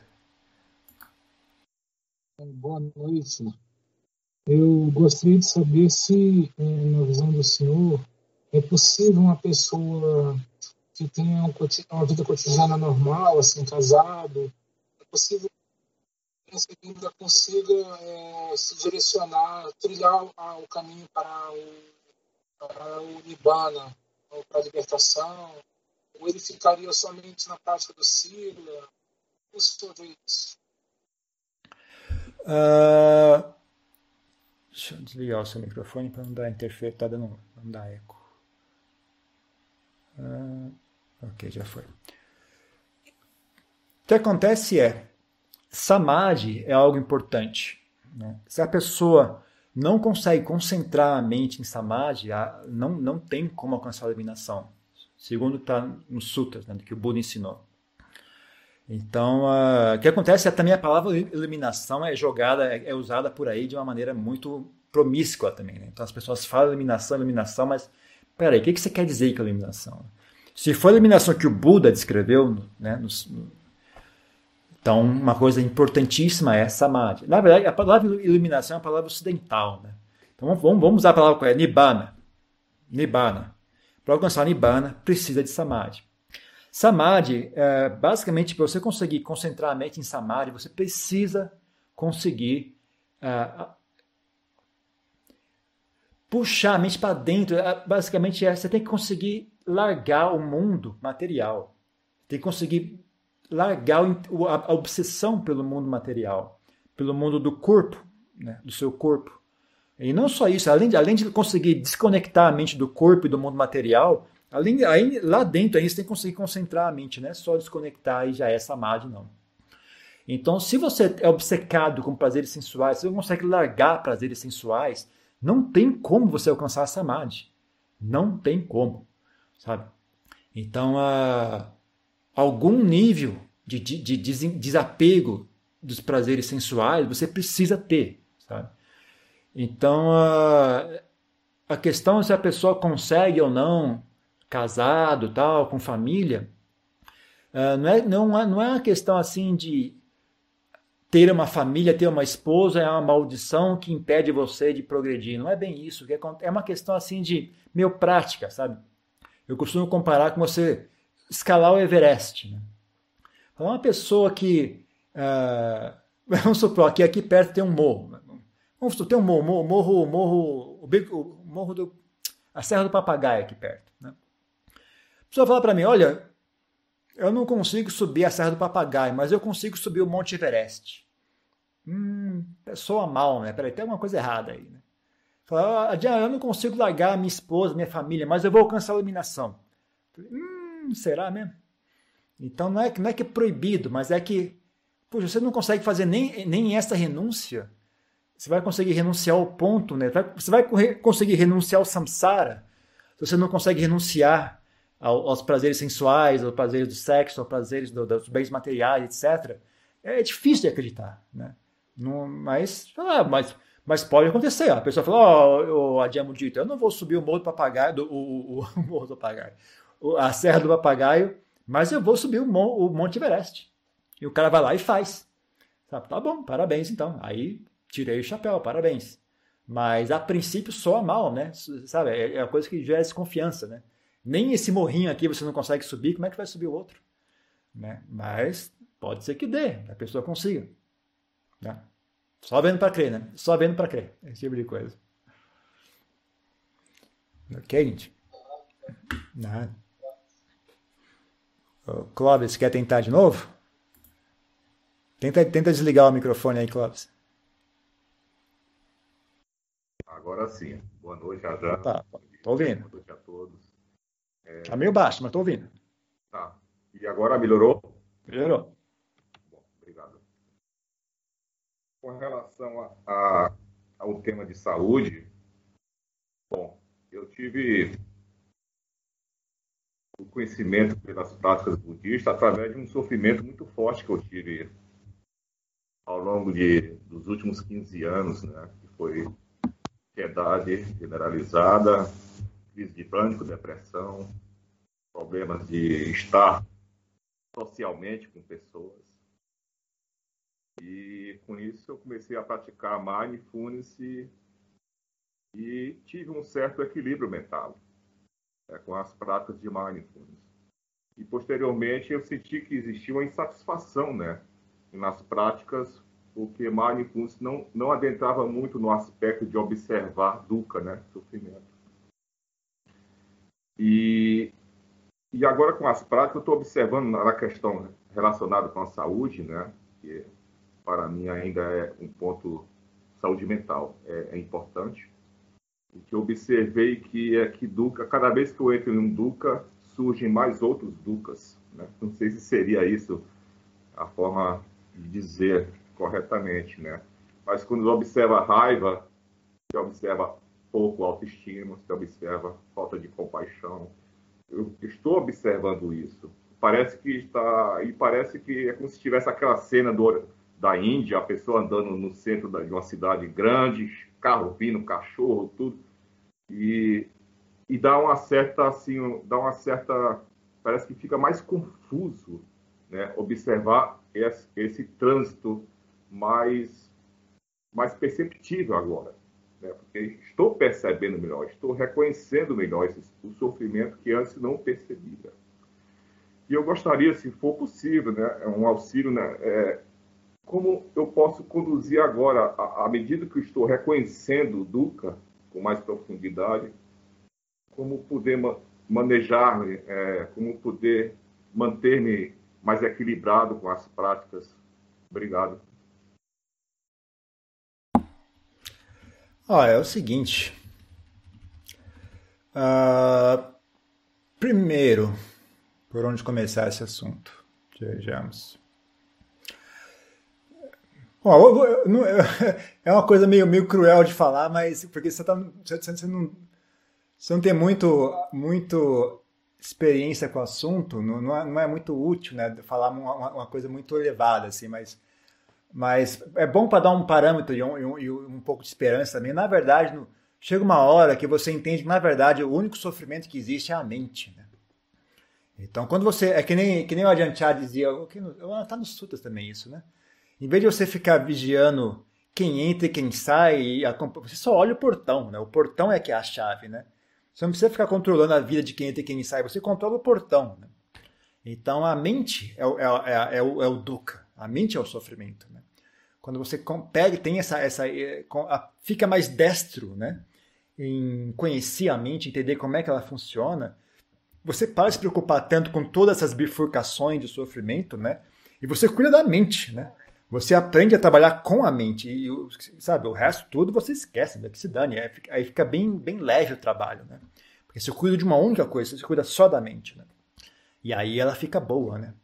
Boa noite. Eu gostaria de saber se, na visão do senhor, é possível uma pessoa que tenha uma vida cotidiana normal, assim, casado, é possível consciência ainda consiga se direcionar, trilhar o caminho para o Nibbana, ou para a libertação, ou ele ficaria somente na prática do Sila? Como o senhor vê isso? Deixa eu desligar o seu microfone para não dar interferência, tá dando, não dar eco. Ok, já foi. O que acontece samadhi é algo importante, né? Se a pessoa não consegue concentrar a mente em samadhi, não tem como alcançar a iluminação, segundo está nos sutras, né, que o Buda ensinou. Então, o que acontece também a palavra iluminação é usada por aí de uma maneira muito promíscua também, né? Então as pessoas falam iluminação, mas peraí, o que você quer dizer com iluminação? Se for a iluminação que o Buda descreveu, né, então uma coisa importantíssima é samadhi. Na verdade, a palavra iluminação é uma palavra ocidental, né? Então vamos usar a palavra correta, nibbana. Para alcançar nibbana, precisa de samadhi. Samadhi, basicamente, para você conseguir concentrar a mente em samadhi, você precisa conseguir puxar a mente para dentro. Basicamente, você tem que conseguir largar o mundo material. Tem que conseguir largar a obsessão pelo mundo material, pelo mundo do corpo, né, do seu corpo. E não só isso, além de conseguir desconectar a mente do corpo e do mundo material, lá dentro aí você tem que conseguir concentrar a mente, não é só desconectar e já é samadhi, não. Então, se você é obcecado com prazeres sensuais, se você não consegue largar prazeres sensuais, não tem como você alcançar a samadhi. Não tem como, sabe? Então, algum nível de desapego dos prazeres sensuais você precisa ter, sabe? Então, a questão é se a pessoa consegue ou não, casado, tal, com família, não é uma questão assim de ter uma família, ter uma esposa é uma maldição que impede você de progredir. Não é bem isso. É uma questão assim de meio prática, sabe? Eu costumo comparar com você escalar o Everest, né? Uma pessoa que... vamos supor, aqui perto tem um morro. Vamos supor, tem um morro a Serra do Papagaio aqui perto, né? A pessoa fala para mim, olha, eu não consigo subir a Serra do Papagaio, mas eu consigo subir o Monte Everest. Pessoa mal, né? Peraí, tem alguma coisa errada aí, né? Fala, eu não consigo largar minha esposa, minha família, mas eu vou alcançar a iluminação. Será mesmo? Então não é que é proibido, mas é que, poxa, você não consegue fazer nem essa renúncia. Você vai conseguir renunciar ao ponto, né? Você vai conseguir renunciar ao samsara se você não consegue renunciar aos prazeres sensuais, aos prazeres do sexo, aos prazeres dos bens materiais, etc. É difícil de acreditar, né? Mas pode acontecer. A pessoa fala, Adhiamo Dito, eu não vou subir o Morro do Papagaio, o Morro do Papagaio, a Serra do Papagaio, mas eu vou subir o Monte Everest. E o cara vai lá e faz. Sabe? Tá bom, parabéns então. Aí tirei o chapéu, parabéns. Mas a princípio soa mal, né? Sabe? É uma coisa que gera desconfiança, né? Nem esse morrinho aqui você não consegue subir, como é que vai subir o outro? Né? Mas pode ser que dê, a pessoa consiga. Né? Só vendo para crer, né? Só vendo para crer. Esse tipo de coisa. Ok, gente? Nada. Clóvis, quer tentar de novo? Tenta desligar o microfone aí, Clóvis. Agora sim. Boa noite, Adriano. Tá, tô ouvindo. Boa noite a todos. Tá meio baixo, mas tô ouvindo. Tá. E agora melhorou? Melhorou. Bom, obrigado. Com relação ao tema de saúde, bom, eu tive o conhecimento pelas práticas budistas através de um sofrimento muito forte que eu tive ao longo dos últimos 15 anos, né? Que foi ansiedade generalizada, crise de pânico, depressão, problemas de estar socialmente com pessoas. E com isso eu comecei a praticar mindfulness e tive um certo equilíbrio mental com as práticas de mindfulness. E posteriormente eu senti que existia uma insatisfação, né, nas práticas porque Mindfulness não adentrava muito no aspecto de observar dukkha, né, sofrimento. E agora, com as práticas, eu estou observando na questão relacionada com a saúde, né, que para mim ainda é um ponto, saúde mental é importante, e que eu observei que dukkha, cada vez que eu entro em um dukkha, surgem mais outros dukkhas, né? Não sei se seria isso a forma de dizer corretamente, né? Mas quando você observa a raiva, você observa pouco autoestima, você observa falta de compaixão. Eu estou observando isso. Parece que é como se tivesse aquela cena da Índia, a pessoa andando no centro de uma cidade grande, carro vindo, cachorro, tudo, e dá uma certa, parece que fica mais confuso, né, observar esse trânsito mais perceptível agora, né, porque estou percebendo melhor, estou reconhecendo melhor o sofrimento que antes não percebia. E eu gostaria, se for possível, né, um auxílio, né, como eu posso conduzir agora, à medida que eu estou reconhecendo o dukkha com mais profundidade, como poder manejar-me, como poder manter-me mais equilibrado com as práticas. Obrigado. É o seguinte. Primeiro, por onde começar esse assunto? Vejamos. Bom, é uma coisa meio cruel de falar, mas porque você não tem muito experiência com o assunto, não é muito útil, né, falar uma coisa muito elevada, assim, mas é bom para dar um parâmetro e um pouco de esperança também. Na verdade, chega uma hora que você entende que, na verdade, o único sofrimento que existe é a mente, né? Então, quando você... É que nem o Ajahn Chah dizia, tá nos sutras também isso, né? Em vez de você ficar vigiando quem entra e quem sai, você só olha o portão, né? O portão é que é a chave, né? Você não precisa ficar controlando a vida de quem entra e quem sai, você controla o portão, né? Então a mente é o dukkha, a mente é o sofrimento, né? Quando você pega, tem fica mais destro, né, em conhecer a mente, entender como é que ela funciona, você para de se preocupar tanto com todas essas bifurcações de sofrimento, né? E você cuida da mente, né? Você aprende a trabalhar com a mente e, sabe, o resto tudo você esquece, né? Que se dane. Aí fica bem leve o trabalho, né? Porque você cuida de uma única coisa, você cuida só da mente, né? E aí ela fica boa, né?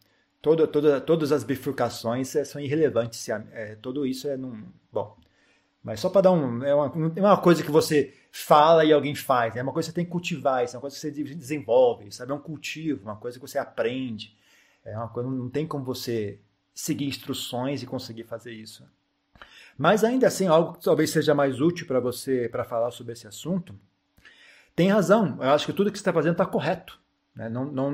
Todas as bifurcações são irrelevantes. Tudo isso bom, mas só para dar é uma coisa que você fala e alguém faz. É uma coisa que você tem que cultivar, isso é uma coisa que você desenvolve, sabe? É um cultivo, uma coisa que você aprende. É uma coisa, não tem como você seguir instruções e conseguir fazer isso. Mas ainda assim, algo que talvez seja mais útil para você, para falar sobre esse assunto, tem razão. Eu acho que tudo que você está fazendo está correto, né?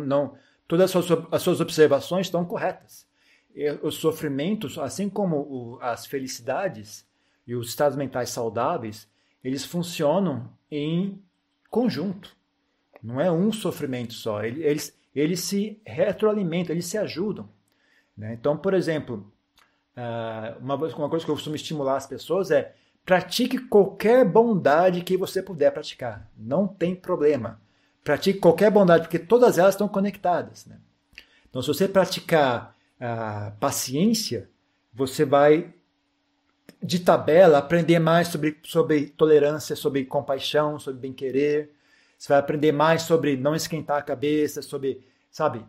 Todas as suas observações estão corretas. E os sofrimentos, assim como as felicidades e os estados mentais saudáveis, eles funcionam em conjunto. Não é um sofrimento só. Eles se retroalimentam, eles se ajudam, né? Então, por exemplo, uma coisa que eu costumo estimular as pessoas é: pratique qualquer bondade que você puder praticar. Não tem problema. Pratique qualquer bondade, porque todas elas estão conectadas, né? Então, se você praticar paciência, você vai, de tabela, aprender mais sobre tolerância, sobre compaixão, sobre bem-querer. Você vai aprender mais sobre não esquentar a cabeça, sobre, sabe,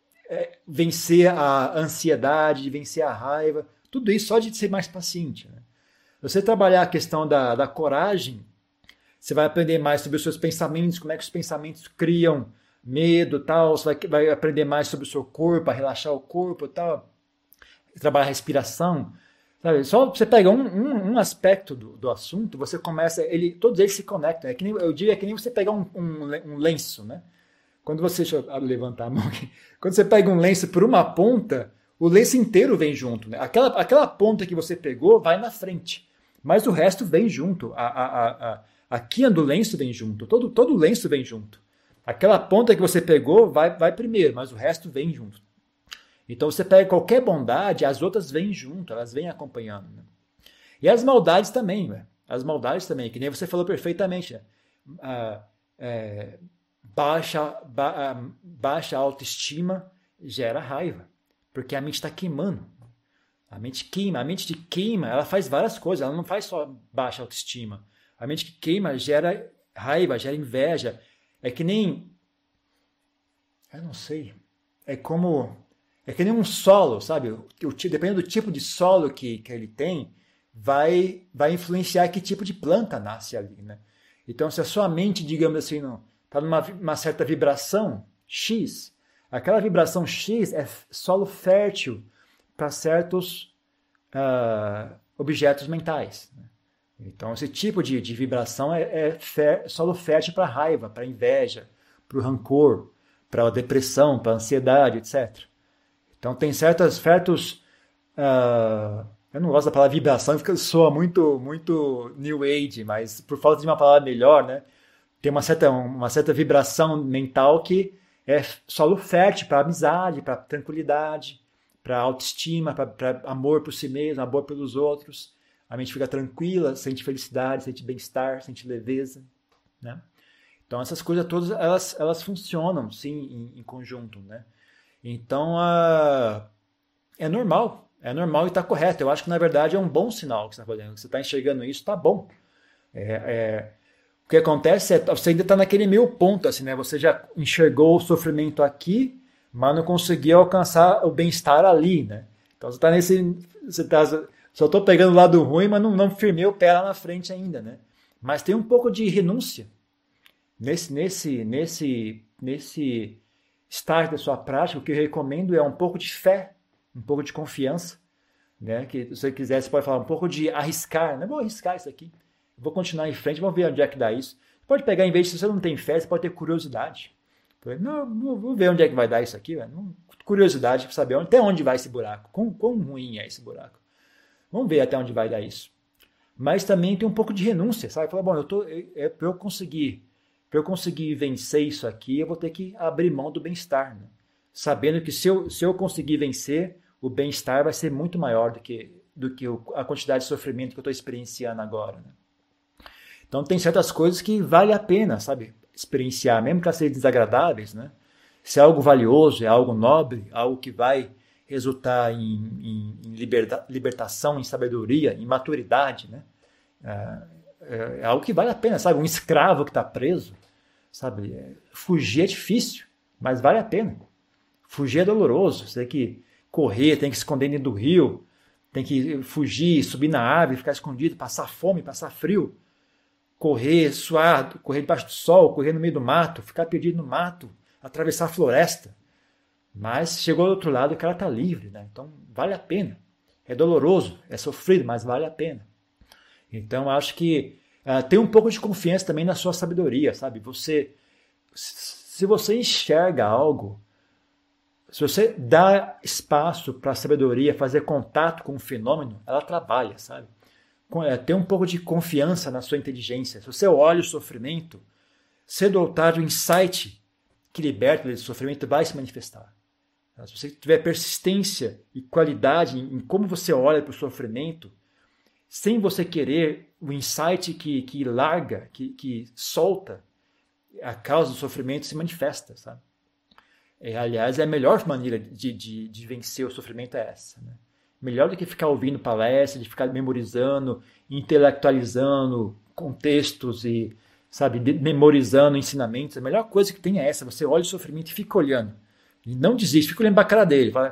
vencer a ansiedade, vencer a raiva. Tudo isso só de ser mais paciente, né? Você trabalhar a questão da coragem, você vai aprender mais sobre os seus pensamentos, como é que os pensamentos criam medo, tal. Você vai aprender mais sobre o seu corpo, a relaxar o corpo, tal. Trabalhar a respiração, sabe? Só você pega um aspecto do assunto, você começa, todos eles se conectam. Eu diria que nem você pegar um lenço, né? Quando você, deixa eu levantar a mão aqui. Quando você pega um lenço por uma ponta, o lenço inteiro vem junto, né? Aquela ponta que você pegou vai na frente, mas o resto vem junto. A quina do lenço vem junto, todo o lenço vem junto. Aquela ponta que você pegou vai primeiro, mas o resto vem junto. Então você pega qualquer bondade, as outras vêm junto, elas vêm acompanhando. Né? E as maldades também, né? As maldades também, que nem você falou perfeitamente. Né? Baixa autoestima gera raiva, porque a mente está queimando. A mente queima, a mente que queima, ela faz várias coisas, ela não faz só baixa autoestima. A mente que queima gera raiva, gera inveja. É que nem, eu não sei, é que nem um solo, sabe? Dependendo do tipo de solo que ele tem, vai influenciar que tipo de planta nasce ali, né? Então, se a sua mente, digamos assim, está numa certa vibração X, aquela vibração X é solo fértil para certos objetos mentais. Né? Então, esse tipo de vibração é solo fértil para a raiva, para a inveja, para o rancor, para a depressão, para a ansiedade, etc. Então, tem certos eu não gosto da palavra vibração, porque soa muito, muito New Age, mas por falta de uma palavra melhor, né? Tem uma certa vibração mental que é solo fértil para amizade, para tranquilidade, para autoestima, para amor por si mesmo, amor pelos outros. A mente fica tranquila, sente felicidade, sente bem-estar, sente leveza. Né? Então, essas coisas todas, elas funcionam, sim, em conjunto. Né? Então, é normal e está correto. Eu acho que, na verdade, é um bom sinal que você está fazendo. Você está enxergando isso, está bom. O que acontece é que você ainda está naquele meio ponto. Assim, né? Você já enxergou o sofrimento aqui, mas não conseguiu alcançar o bem-estar ali. Né? Então, você está nesse... Só estou pegando o lado ruim, mas não firmei o pé lá na frente ainda. Né? Mas tem um pouco de renúncia nesse estágio da sua prática. O que eu recomendo é um pouco de fé, um pouco de confiança, né? Que se você quiser, você pode falar um pouco de arriscar, né? Vou arriscar isso aqui, vou continuar em frente, vamos ver onde é que dá isso. Você pode pegar, em vez de, se você não tem fé, você pode ter curiosidade. Não, vou ver onde é que vai dar isso aqui, velho. Curiosidade para saber até onde vai esse buraco, quão ruim é esse buraco. Vamos ver até onde vai dar isso. Mas também tem um pouco de renúncia, sabe? Falar, bom, para eu conseguir vencer isso aqui, eu vou ter que abrir mão do bem-estar, né? Sabendo que se eu conseguir vencer, o bem-estar vai ser muito maior do que a quantidade de sofrimento que eu estou experienciando agora. Né? Então, tem certas coisas que vale a pena, sabe, experienciar, mesmo que elas sejam desagradáveis. Né? Se é algo valioso, é algo nobre, algo que vai resultar em libertação, em sabedoria, em maturidade, né? É algo que vale a pena, sabe? Um escravo que está preso, sabe? Fugir é difícil, mas vale a pena. Fugir é doloroso, você tem que correr, tem que se esconder dentro do rio, tem que fugir, subir na árvore, ficar escondido, passar fome, passar frio, correr suado, correr debaixo do sol, correr no meio do mato, ficar perdido no mato, atravessar a floresta. Mas chegou do outro lado, o cara está livre, né? Então vale a pena. É doloroso, é sofrido, mas vale a pena. Então acho que tem um pouco de confiança também na sua sabedoria, sabe? Se você enxerga algo, se você dá espaço para a sabedoria fazer contato com o fenômeno, ela trabalha, sabe? Tem um pouco de confiança na sua inteligência. Se você olha o sofrimento, cedo ou tarde o insight que liberta desse sofrimento vai se manifestar. Se você tiver persistência e qualidade em como você olha para o sofrimento, sem você querer, o insight que larga, que solta a causa do sofrimento se manifesta, sabe? Aliás, a melhor maneira de vencer o sofrimento é essa. Né? Melhor do que ficar ouvindo palestras, de ficar memorizando, intelectualizando contextos e, sabe, memorizando ensinamentos. A melhor coisa que tem é essa. Você olha o sofrimento e fica olhando. E não desiste, fica olhando para a cara dele. Fala,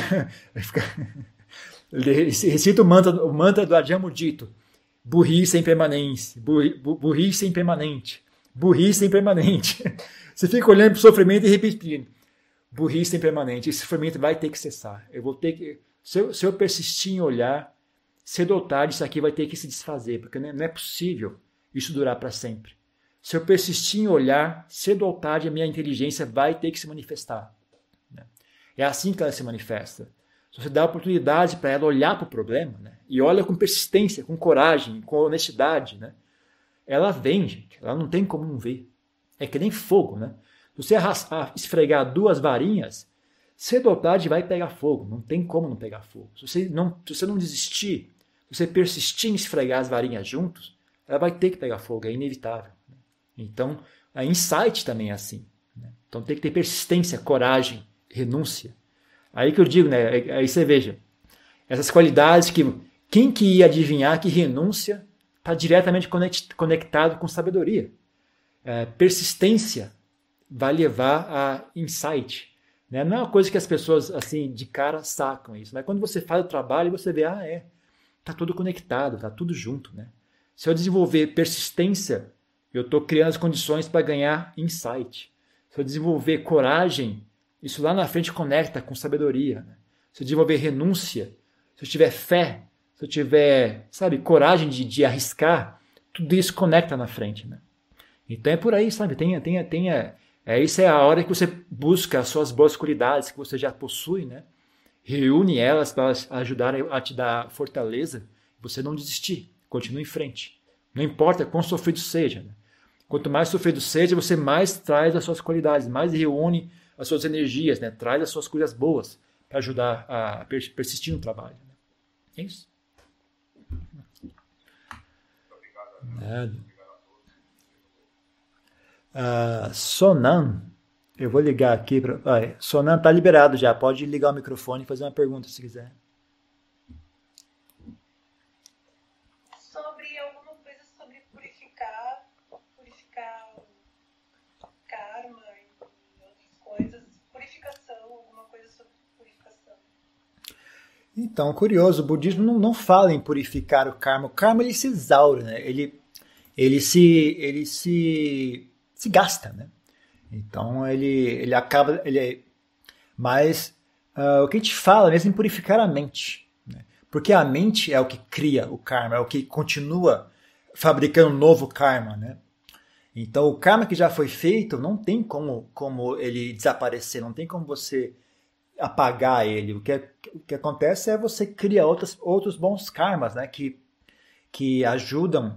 recita o mantra do Ajahn Mudito. Burrice é impermanente. Burrice é impermanente. Burrice é impermanente. Você fica olhando para o sofrimento e repetindo. Burrice é impermanente. Esse sofrimento vai ter que cessar. Eu vou ter que... Se eu persistir em olhar, cedo ou tarde isso aqui vai ter que se desfazer, porque não é possível isso durar para sempre. Se eu persistir em olhar, cedo ou tarde a minha inteligência vai ter que se manifestar. É assim que ela se manifesta. Se você dá a oportunidade para ela olhar para o problema, né, e olha com persistência, com coragem, com honestidade, né, ela vem, gente. Ela não tem como não ver. É que nem fogo, né? Se você esfregar duas varinhas, cedo ou tarde vai pegar fogo, não tem como não pegar fogo. Se você não desistir, se você persistir em esfregar as varinhas juntos, ela vai ter que pegar fogo, é inevitável. Então, a insight também é assim. Então tem que ter persistência, coragem, renúncia. Aí que eu digo, né? Aí você veja, essas qualidades que quem que ia adivinhar que renúncia está diretamente conectado com sabedoria. Persistência vai levar a insight. Né? Não é uma coisa que as pessoas assim de cara sacam isso. Mas quando você faz o trabalho, você vê, está tudo conectado, está tudo junto. Né? Se eu desenvolver persistência, eu estou criando as condições para ganhar insight. Se eu desenvolver coragem, isso lá na frente conecta com sabedoria. Né? Se eu desenvolver renúncia, se eu tiver fé, se eu tiver, coragem de arriscar, tudo isso conecta na frente. Né? Então é por aí, sabe? Isso é a hora que você busca as suas boas qualidades que você já possui, né? Reúne elas para ajudarem a te dar fortaleza, você não desistir, continue em frente. Não importa quão sofrido seja. Né? Quanto mais sofrido seja, você mais traz as suas qualidades, mais reúne as suas energias, né? Traz as suas coisas boas para ajudar a persistir no trabalho. Né? É isso. Sonan, eu vou ligar aqui. Sonan está liberado já, pode ligar o microfone e fazer uma pergunta se quiser. Sobre alguma coisa sobre purificar o karma e outras coisas, purificação, alguma coisa sobre purificação. Então, curioso, o budismo não fala em purificar o karma. O karma ele se exaure, né? Ele se gasta, né? Então ele acaba, mas o que a gente fala mesmo é em purificar a mente, né? Porque a mente é o que cria o karma, é o que continua fabricando um novo karma, né? Então o karma que já foi feito não tem como ele desaparecer, não tem como você apagar ele. O que acontece é você cria outros bons karmas, né? Que ajudam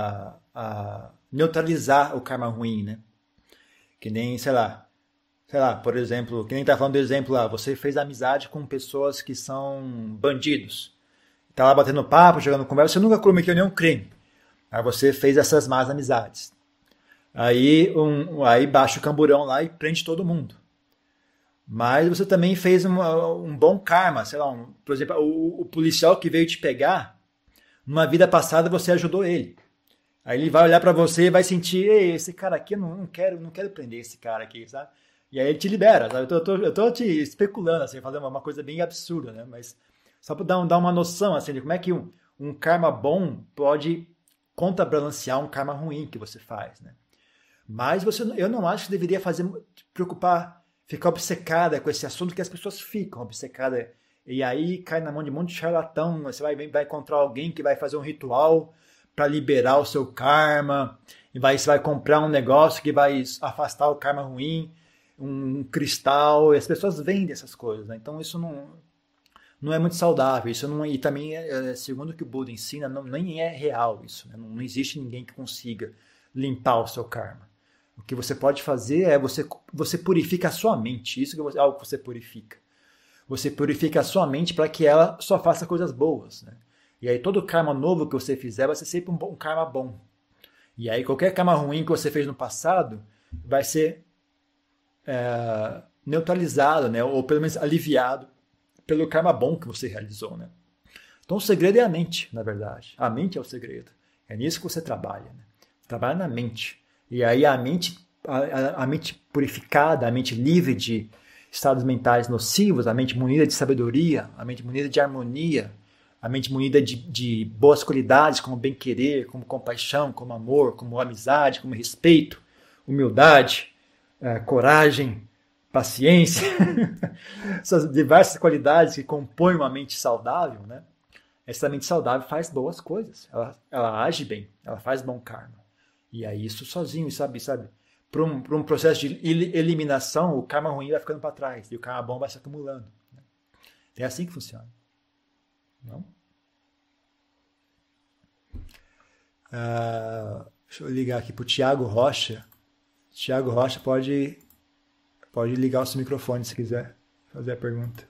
a neutralizar o karma ruim, né? Que nem, sei lá, por exemplo, que nem tá falando do exemplo lá, você fez amizade com pessoas que são bandidos. Tá lá batendo papo, jogando conversa, você nunca cometeu nenhum crime. Aí você fez essas más amizades. Aí baixa o camburão lá e prende todo mundo. Mas você também fez um bom karma, sei lá, por exemplo, o policial que veio te pegar, numa vida passada você ajudou ele. Aí ele vai olhar pra você e vai sentir, esse cara aqui, eu não quero prender esse cara aqui, sabe? E aí ele te libera, sabe? Eu tô te especulando, assim, fazendo uma coisa bem absurda, né? Mas só pra dar uma noção, assim, de como é que um karma bom pode contrabalancear um karma ruim que você faz, né? Mas eu não acho que deveria preocupar, ficar obcecada com esse assunto que as pessoas ficam obcecadas. E aí cai na mão de um monte de charlatão, você vai encontrar alguém que vai fazer um ritual para liberar o seu karma, e você vai comprar um negócio que vai afastar o karma ruim, um cristal, e as pessoas vendem essas coisas, né? Então isso não é muito saudável, e também, segundo o que o Buda ensina, nem é real isso, né? Não existe ninguém que consiga limpar o seu karma. O que você pode fazer é você purifica a sua mente, isso é algo que você purifica. Você purifica a sua mente para que ela só faça coisas boas, né? E aí todo karma novo que você fizer vai ser sempre um karma bom. E aí qualquer karma ruim que você fez no passado vai ser neutralizado, né? Ou pelo menos aliviado pelo karma bom que você realizou, né? Então o segredo é a mente, na verdade. A mente é o segredo. É nisso que você trabalha, né? Trabalha na mente. E aí a mente purificada, a mente livre de estados mentais nocivos, a mente munida de sabedoria, a mente munida de harmonia, a mente munida de boas qualidades, como bem-querer, como compaixão, como amor, como amizade, como respeito, humildade, coragem, paciência, essas diversas qualidades que compõem uma mente saudável, né? Essa mente saudável faz boas coisas, ela age bem, ela faz bom karma. E aí isso sozinho, sabe? Para um processo de eliminação, o karma ruim vai ficando para trás e o karma bom vai se acumulando. Né? É assim que funciona. Não? Deixa eu ligar aqui para o Tiago Rocha. Tiago Rocha pode ligar o seu microfone se quiser fazer a pergunta.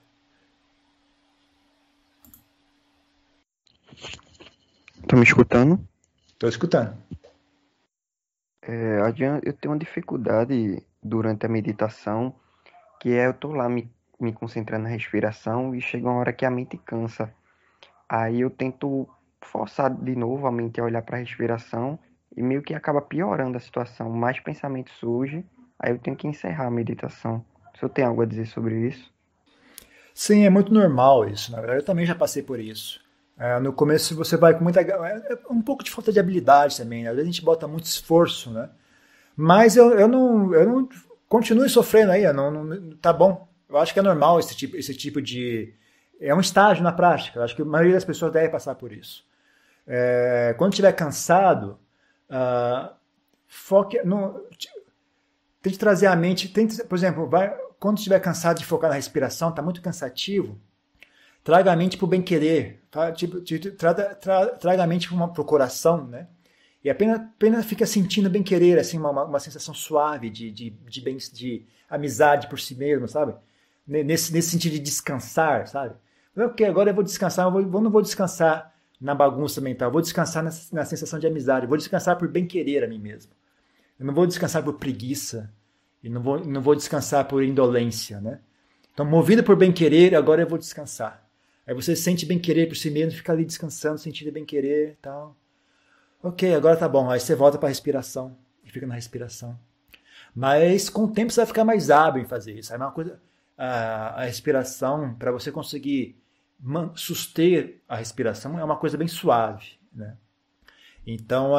Tá me escutando? Estou escutando. Adriano, eu tenho uma dificuldade durante a meditação, que é eu tô lá me concentrando na respiração e chega uma hora que a mente cansa. Aí eu tento forçar de novo a mente a olhar para a respiração e meio que acaba piorando a situação. Mais pensamento surge, aí eu tenho que encerrar a meditação. O senhor tem algo a dizer sobre isso? Sim, é muito normal isso. Na verdade, eu também já passei por isso. No começo você vai com muita. Um pouco de falta de habilidade também, né? Às vezes a gente bota muito esforço, né? Mas eu não continue sofrendo aí, tá bom. Eu acho que é normal esse tipo de. É um estágio na prática. Eu acho que a maioria das pessoas deve passar por isso. Quando estiver cansado, foque. Tente trazer a mente. Por exemplo, quando estiver cansado de focar na respiração, está muito cansativo, traga a mente para o bem-querer. Traga a mente para o coração, né? E apenas fica sentindo bem-querer, assim, uma sensação suave de amizade por si mesmo, sabe? Nesse sentido de descansar, sabe? Ok, agora eu vou descansar, não vou descansar na bagunça mental, vou descansar na sensação de amizade, vou descansar por bem-querer a mim mesmo. Eu não vou descansar por preguiça, e não vou descansar por indolência, né? Então, movido por bem-querer, agora eu vou descansar. Aí você sente bem-querer por si mesmo, fica ali descansando, sentindo bem-querer e tal. Ok, agora tá bom. Aí você volta para a respiração e fica na respiração. Mas com o tempo você vai ficar mais hábil em fazer isso. Aí uma coisa, a respiração, para você conseguir suster a respiração, é uma coisa bem suave, né? Então,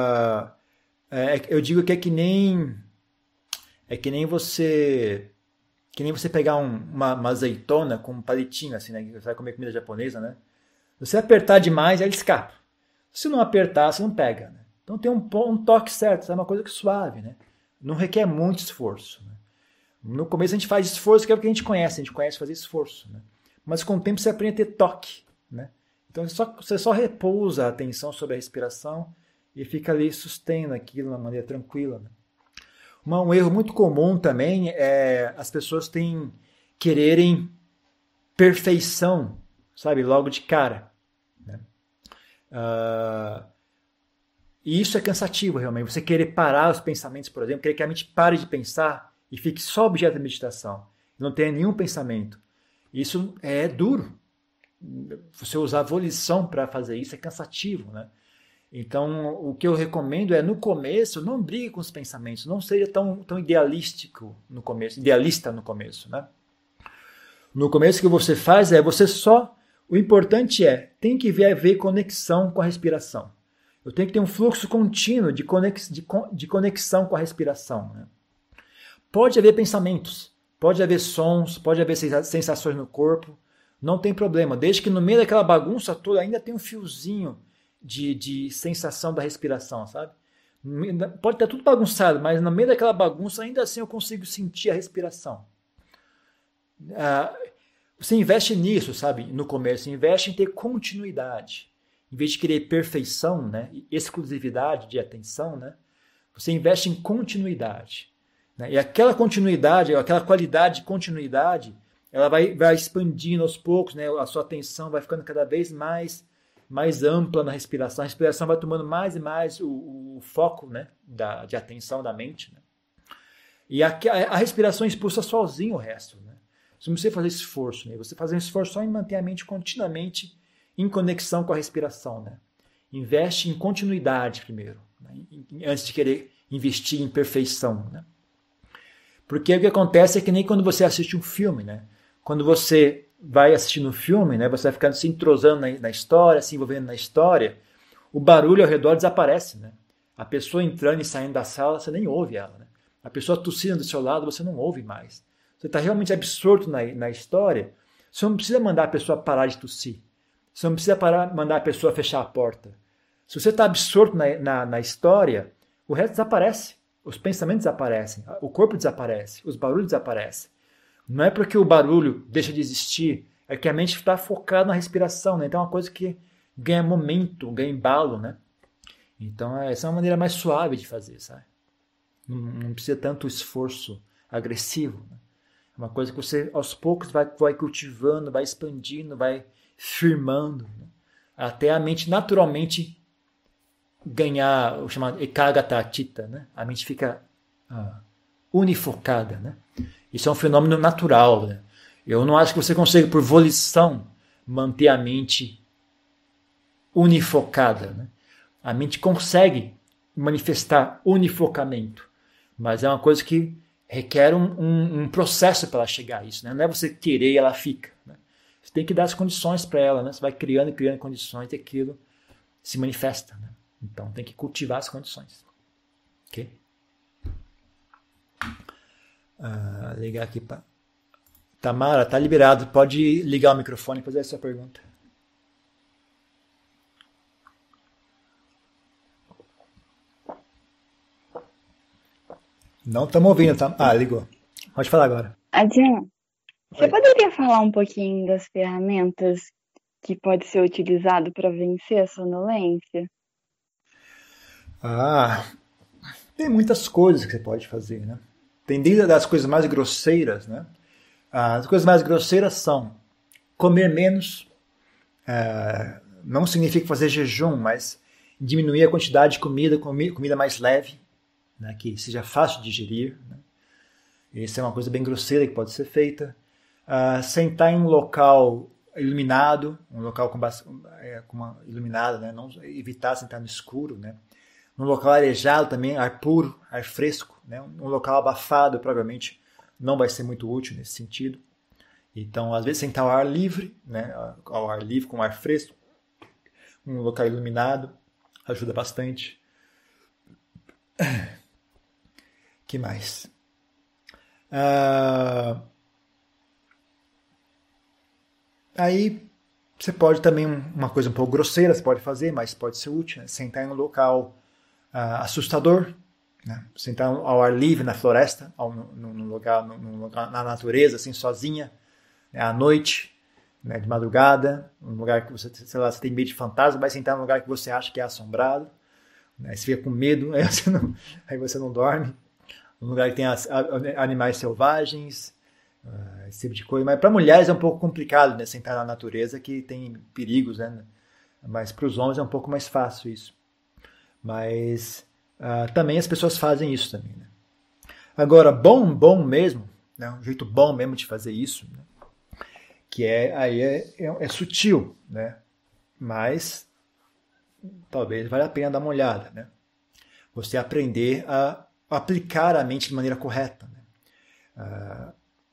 eu digo que é que nem você pegar uma azeitona com um palitinho, assim, né? Você vai comer comida japonesa, né? Você apertar demais, ela escapa. Se não apertar, você não pega, né? Então tem um toque certo, é uma coisa que suave, né? Não requer muito esforço, né? No começo a gente faz esforço, que é o que a gente conhece fazer esforço, né? Mas com o tempo você aprende a ter toque, né? Então você só repousa a atenção sobre a respiração e fica ali sustendo aquilo de uma maneira tranquila, né? Um erro muito comum também é as pessoas quererem perfeição, sabe, logo de cara, né? E isso é cansativo, realmente. Você querer parar os pensamentos, por exemplo, querer que a mente pare de pensar e fique só objeto da meditação, não tenha nenhum pensamento. Isso é duro. Você usar volição para fazer isso é cansativo, né? Então, o que eu recomendo é, no começo, não brigue com os pensamentos, não seja tão idealista no começo, né? No começo, o que você faz o importante tem que haver conexão com a respiração. Eu tenho que ter um fluxo contínuo de conexão com a respiração, né? Pode haver pensamentos, pode haver sons, pode haver sensações no corpo, não tem problema, desde que no meio daquela bagunça toda ainda tem um fiozinho de sensação da respiração, sabe? Pode estar tudo bagunçado, mas no meio daquela bagunça ainda assim eu consigo sentir a respiração. Você investe nisso, sabe? No começo, investe em ter continuidade. Em vez de querer perfeição, né? Exclusividade de atenção, né? Você investe em continuidade, né? E aquela continuidade, aquela qualidade de continuidade, ela vai expandindo aos poucos, né? A sua atenção vai ficando cada vez mais ampla na respiração. A respiração vai tomando mais e mais o foco, né? de atenção da mente, né? E a respiração expulsa sozinho o resto, né? Você não precisa fazer esforço, né? Você faz um esforço só em manter a mente continuamente em conexão com a respiração, né? Investe em continuidade primeiro, né? Antes de querer investir em perfeição, né? Porque o que acontece é que nem quando você assiste um filme, né? Quando você vai assistindo um filme, né? Você vai ficando se entrosando na história, se envolvendo na história, o barulho ao redor desaparece, né? A pessoa entrando e saindo da sala, você nem ouve ela, né? A pessoa tossindo do seu lado, você não ouve mais. Você está realmente absorto na história, você não precisa mandar a pessoa parar de tossir. Você não precisa mandar a pessoa fechar a porta. Se você está absorto na história, o resto desaparece. Os pensamentos desaparecem, o corpo desaparece, os barulhos desaparecem. Não é porque o barulho deixa de existir, é que a mente está focada na respiração, né? Então é uma coisa que ganha momento, ganha embalo, né? Então essa é uma maneira mais suave de fazer, sabe? Não precisa tanto esforço agressivo, né? É uma coisa que você, aos poucos, vai cultivando, vai expandindo, vai firmando, né? Até a mente naturalmente ganhar o chamado ekagata chitta, né? A mente fica unifocada, né? Isso é um fenômeno natural, né? Eu não acho que você consiga, por volição, manter a mente unifocada, né? A mente consegue manifestar unifocamento, mas é uma coisa que requer um processo para ela chegar a isso, né? Não é você querer e ela fica, né? Você tem que dar as condições para ela, né? Você vai criando e criando condições e aquilo se manifesta, né? Então tem que cultivar as condições. Ok? Ligar aqui para Tamara, tá liberado. Pode ligar o microfone e fazer a sua pergunta. Não estamos ouvindo, tá? Ligou. Pode falar agora. Adriano, você Oi. poderia falar um pouquinho das ferramentas que pode ser utilizado para vencer a sonolência? Tem muitas coisas que você pode fazer, né? Tem desde das coisas mais grosseiras, né? As coisas mais grosseiras são comer menos, não significa fazer jejum, mas diminuir a quantidade de comida mais leve, né? Que seja fácil de digerir, né? Essa é uma coisa bem grosseira que pode ser feita. Sentar em um local iluminado, um local com uma iluminada, né? Não evitar sentar no escuro, né? Num local arejado também, ar puro, ar fresco, né? Um local abafado provavelmente não vai ser muito útil nesse sentido. Então, às vezes, sentar ao ar livre, né? Ao ar livre, com ar fresco, um local iluminado, ajuda bastante. Que mais? Aí, você pode também, uma coisa um pouco grosseira, você pode fazer, mas pode ser útil, né? Sentar em um local assustador, né? Sentar ao ar livre na floresta, num lugar na natureza, assim, sozinha, né? À noite, né? De madrugada, um lugar que você, sei lá, você tem medo de fantasma, vai sentar num lugar que você acha que é assombrado, né? Você fica com medo, aí você não dorme. Um lugar que tem animais selvagens, esse tipo de coisa. Mas para mulheres é um pouco complicado, né? Sentar na natureza, que tem perigos, né? Mas para os homens é um pouco mais fácil isso. Mas também as pessoas fazem isso também, né? Agora, bom mesmo, né? Um jeito bom mesmo de fazer isso, né? Que é sutil, né? Mas talvez valha a pena dar uma olhada, né? Você aprender a aplicar a mente de maneira correta, né?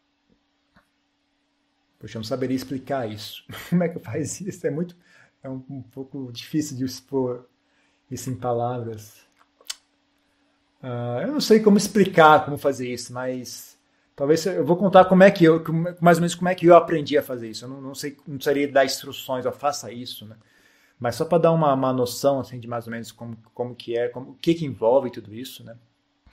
Poxa, eu não saberia explicar isso. Como é que faz isso? É um pouco difícil de expor isso em palavras. Eu não sei como explicar como fazer isso, mas talvez eu vou contar mais ou menos como é que eu aprendi a fazer isso. Eu não sei, não precisaria dar instruções, faça isso, né? Mas só para dar uma noção assim, de mais ou menos como que é, o que envolve tudo isso, né?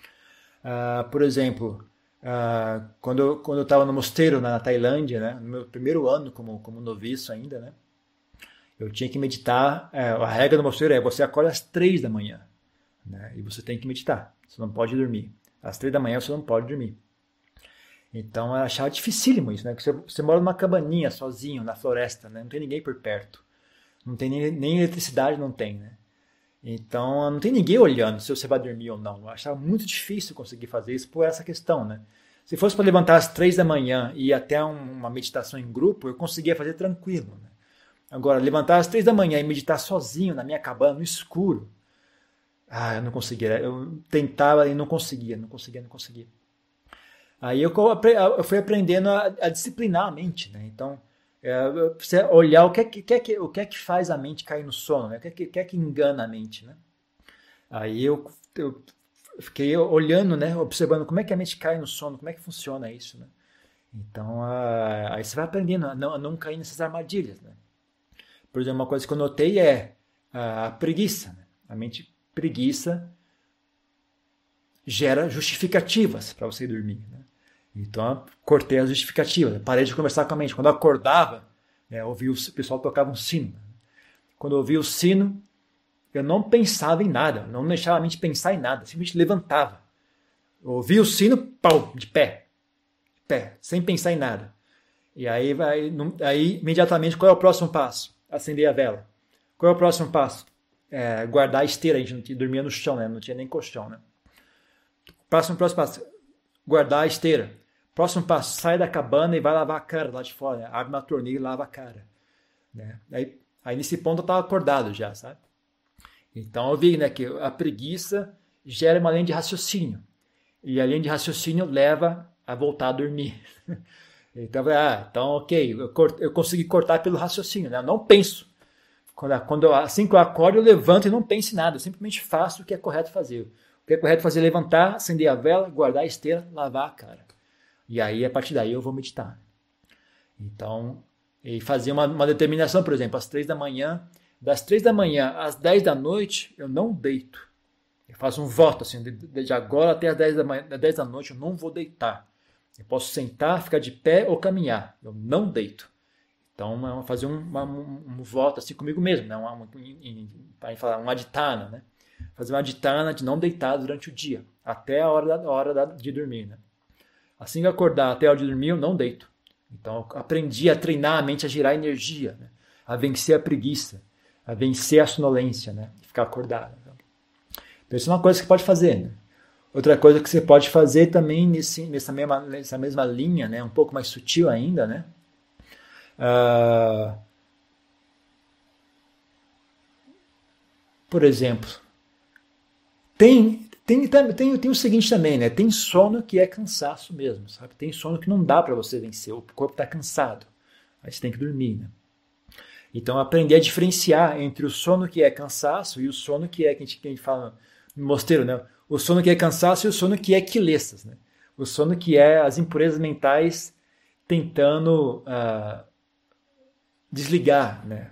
Por exemplo, quando eu estava no mosteiro na Tailândia, né, no meu primeiro ano como noviço ainda, né, eu tinha que meditar. A regra do mosteiro é você acorda às 3 da manhã, né, e você tem que meditar. Você não pode dormir. Às 3 da manhã você não pode dormir. Então eu achava dificílimo isso, né? Porque você mora numa cabaninha sozinho na floresta, né, não tem ninguém por perto, não tem nem eletricidade, não tem, né? Então, não tem ninguém olhando se você vai dormir ou não. Eu achava muito difícil conseguir fazer isso por essa questão, né? Se fosse para levantar às 3 da manhã e ir até uma meditação em grupo, eu conseguia fazer tranquilo, né? Agora, levantar às 3 da manhã e meditar sozinho na minha cabana, no escuro, eu não conseguia. Eu tentava e não conseguia. Aí eu fui aprendendo a disciplinar a mente, né? Então, você olhar o que é que faz a mente cair no sono, né? O que é que engana a mente, né? Aí eu fiquei olhando, né? Observando como é que a mente cai no sono, como é que funciona isso, né? Então, aí você vai aprendendo a não cair nessas armadilhas, né? Por exemplo, uma coisa que eu notei é a preguiça, né? A mente preguiça gera justificativas para você dormir, né? Então, eu cortei as justificativas, parei de conversar com a mente. Quando eu acordava, né, eu ouvia o pessoal tocava um sino. Quando eu ouvia o sino, eu não pensava em nada, não deixava a mente pensar em nada, simplesmente levantava. Eu ouvia o sino, pau, de pé. pé, sem pensar em nada. E aí, aí imediatamente, qual é o próximo passo? Acender a vela. Qual é o próximo passo? Guardar a esteira. A gente dormia no chão, né? Não tinha nem colchão. Né? Próximo passo, guardar a esteira. Próximo passo, sai da cabana e vai lavar a cara lá de fora. Né? Abre uma torneira e lava a cara. Né? Aí nesse ponto eu estava acordado já, sabe? Então eu vi, né, que a preguiça gera uma linha de raciocínio. E a linha de raciocínio leva a voltar a dormir. Então, ok, eu consegui cortar pelo raciocínio, né? Eu não penso. Assim que eu acordo, eu levanto e não penso em nada. Eu simplesmente faço o que é correto fazer. O que é correto fazer é levantar, acender a vela, guardar a esteira, lavar a cara. E aí, a partir daí, eu vou meditar. Então, e fazer uma determinação, por exemplo, às 3 da manhã. Das 3 da manhã às 10 da noite, eu não deito. Eu faço um voto, assim, de agora até às 10 da noite, eu não vou deitar. Eu posso sentar, ficar de pé ou caminhar. Eu não deito. Então, fazer um voto assim comigo mesmo, né? Para falar, um aditana, né? Fazer uma aditana de não deitar durante o dia, até a hora de dormir, né? Assim que eu acordar até a hora de dormir, eu não deito. Então, eu aprendi a treinar a mente a gerar energia, né? A vencer a preguiça, a vencer a sonolência, né? E ficar acordado. Então, isso é uma coisa que você pode fazer, né? Outra coisa que você pode fazer também nessa mesma linha, né? Um pouco mais sutil ainda, né? Por exemplo, tem o seguinte também, né? Tem sono que é cansaço mesmo, sabe? Tem sono que não dá para você vencer, o corpo está cansado, aí você tem que dormir, né? Então, aprender a diferenciar entre o sono que é cansaço e o sono que a gente fala no mosteiro, né? O sono que é cansaço e o sono que é quilesas, né? O sono que é as impurezas mentais tentando desligar, né?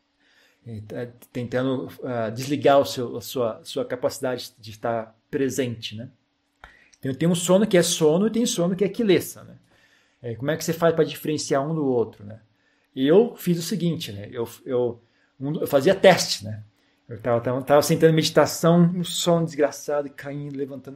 Tentando desligar a sua capacidade de estar presente, né? Então, tem um sono que é sono e tem sono que é quilesa, né? Como é que você faz para diferenciar um do outro, né? Eu fiz o seguinte, né? Eu fazia testes, né? Eu tava sentando em meditação, um sono desgraçado, caindo, levantando.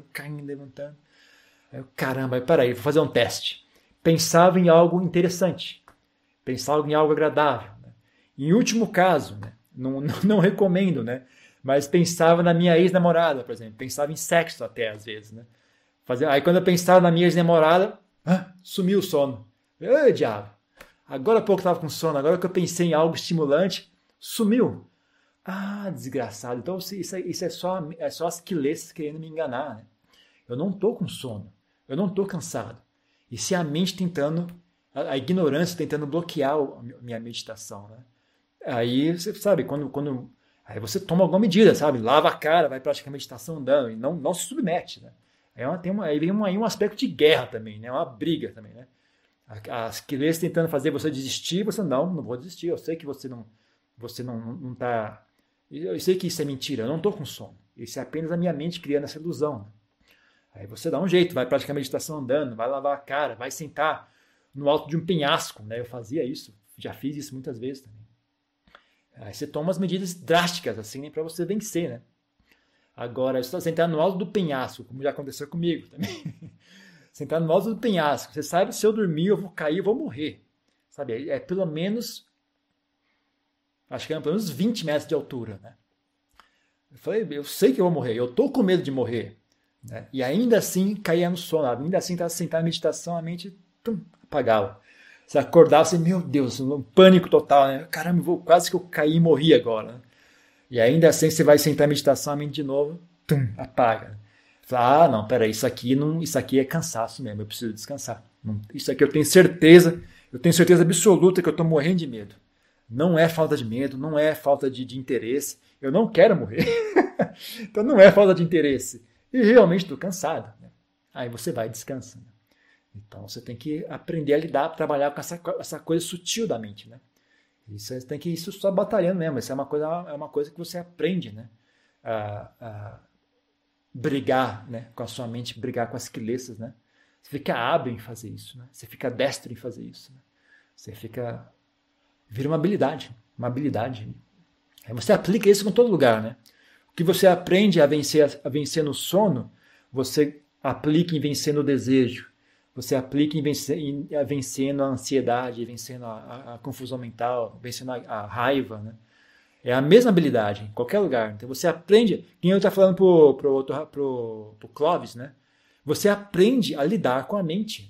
Aí caramba, peraí, vou fazer um teste. Pensava em algo interessante, pensava em algo agradável. Né? Em último caso, né? Não recomendo, né? Mas pensava na minha ex-namorada, por exemplo. Pensava em sexo até, às vezes, né? Aí quando eu pensava na minha ex-namorada, sumiu o sono. Ei, diabo! Agora há pouco eu estava com sono, agora que eu pensei em algo estimulante, sumiu. Ah, desgraçado. Então isso é só as quilesas querendo me enganar, né? Eu não estou com sono, eu não estou cansado. Isso é a mente tentando, a ignorância tentando bloquear a minha meditação, né? Aí você sabe, aí você toma alguma medida, sabe? Lava a cara, vai praticar a meditação andando e não se submete, né? Aí vem um aspecto de guerra também, né? Uma briga também, né? As quilesas tentando fazer você desistir, você não vou desistir. Eu sei que você não está. Eu sei que isso é mentira, eu não estou com sono. Isso é apenas a minha mente criando essa ilusão. Né? Aí você dá um jeito, vai praticar meditação andando, vai lavar a cara, vai sentar no alto de um penhasco. Né? Eu fazia isso, já fiz isso muitas vezes também. Aí você toma as medidas drásticas, assim, para você vencer. Né? Agora, se você sentar no alto do penhasco, como já aconteceu comigo também. Sentar no alto do penhasco. Você sabe, se eu dormir, eu vou cair, eu vou morrer. Sabe? É pelo menos, acho que é pelo menos 20 metros de altura. Né? Eu falei, eu sei que eu vou morrer, eu estou com medo de morrer. Né? E ainda assim caía no sono, ainda assim estava sentado em meditação, a mente apagava. Você acordava assim, meu Deus, um pânico total. Né? Caramba, quase que eu caí e morri agora. Né? E ainda assim você vai sentar em meditação, a mente de novo, apaga. Fala, não, peraí, isso aqui é cansaço mesmo, eu preciso descansar. Isso aqui eu tenho certeza absoluta que eu estou morrendo de medo. Não é falta de medo, não é falta de interesse. Eu não quero morrer. Então não é falta de interesse. E realmente estou cansado. Né? Aí você vai descansando. Então você tem que aprender a lidar, trabalhar com essa coisa sutil da mente. Né? Você tem que ir só batalhando mesmo. Isso é uma coisa que você aprende, né? Brigar, né, com a sua mente, brigar com as quilesas, né? Você fica hábil em fazer isso, né? Você fica destro em fazer isso, né? Vira uma habilidade. Aí você aplica isso em todo lugar, né? O que você aprende a vencer no sono, você aplica em vencer no desejo. você aplica vencendo a ansiedade, vencendo a confusão mental, vencendo a raiva, né? É a mesma habilidade em qualquer lugar. Então você aprende, quem eu estou falando pro Clóvis, né? Você aprende a lidar com a mente.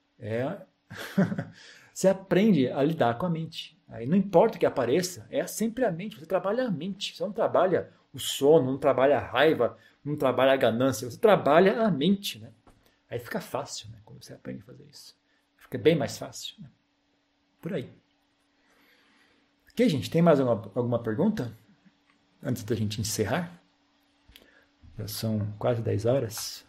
Você aprende a lidar com a mente. Aí não importa o que apareça, é sempre a mente. Você trabalha a mente. Você não trabalha o sono, não trabalha a raiva, não trabalha a ganância. Você trabalha a mente, né? Aí fica fácil, né? Quando você aprende a fazer isso. Fica bem mais fácil, né? Por aí. Ok, gente? Tem mais alguma pergunta? Antes da gente encerrar? Já são quase 10 horas.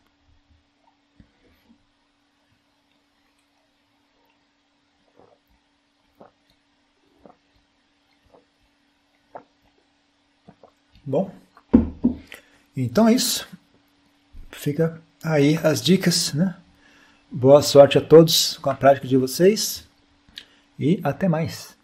Bom, então é isso. Fica aí as dicas, né? Boa sorte a todos com a prática de vocês e até mais.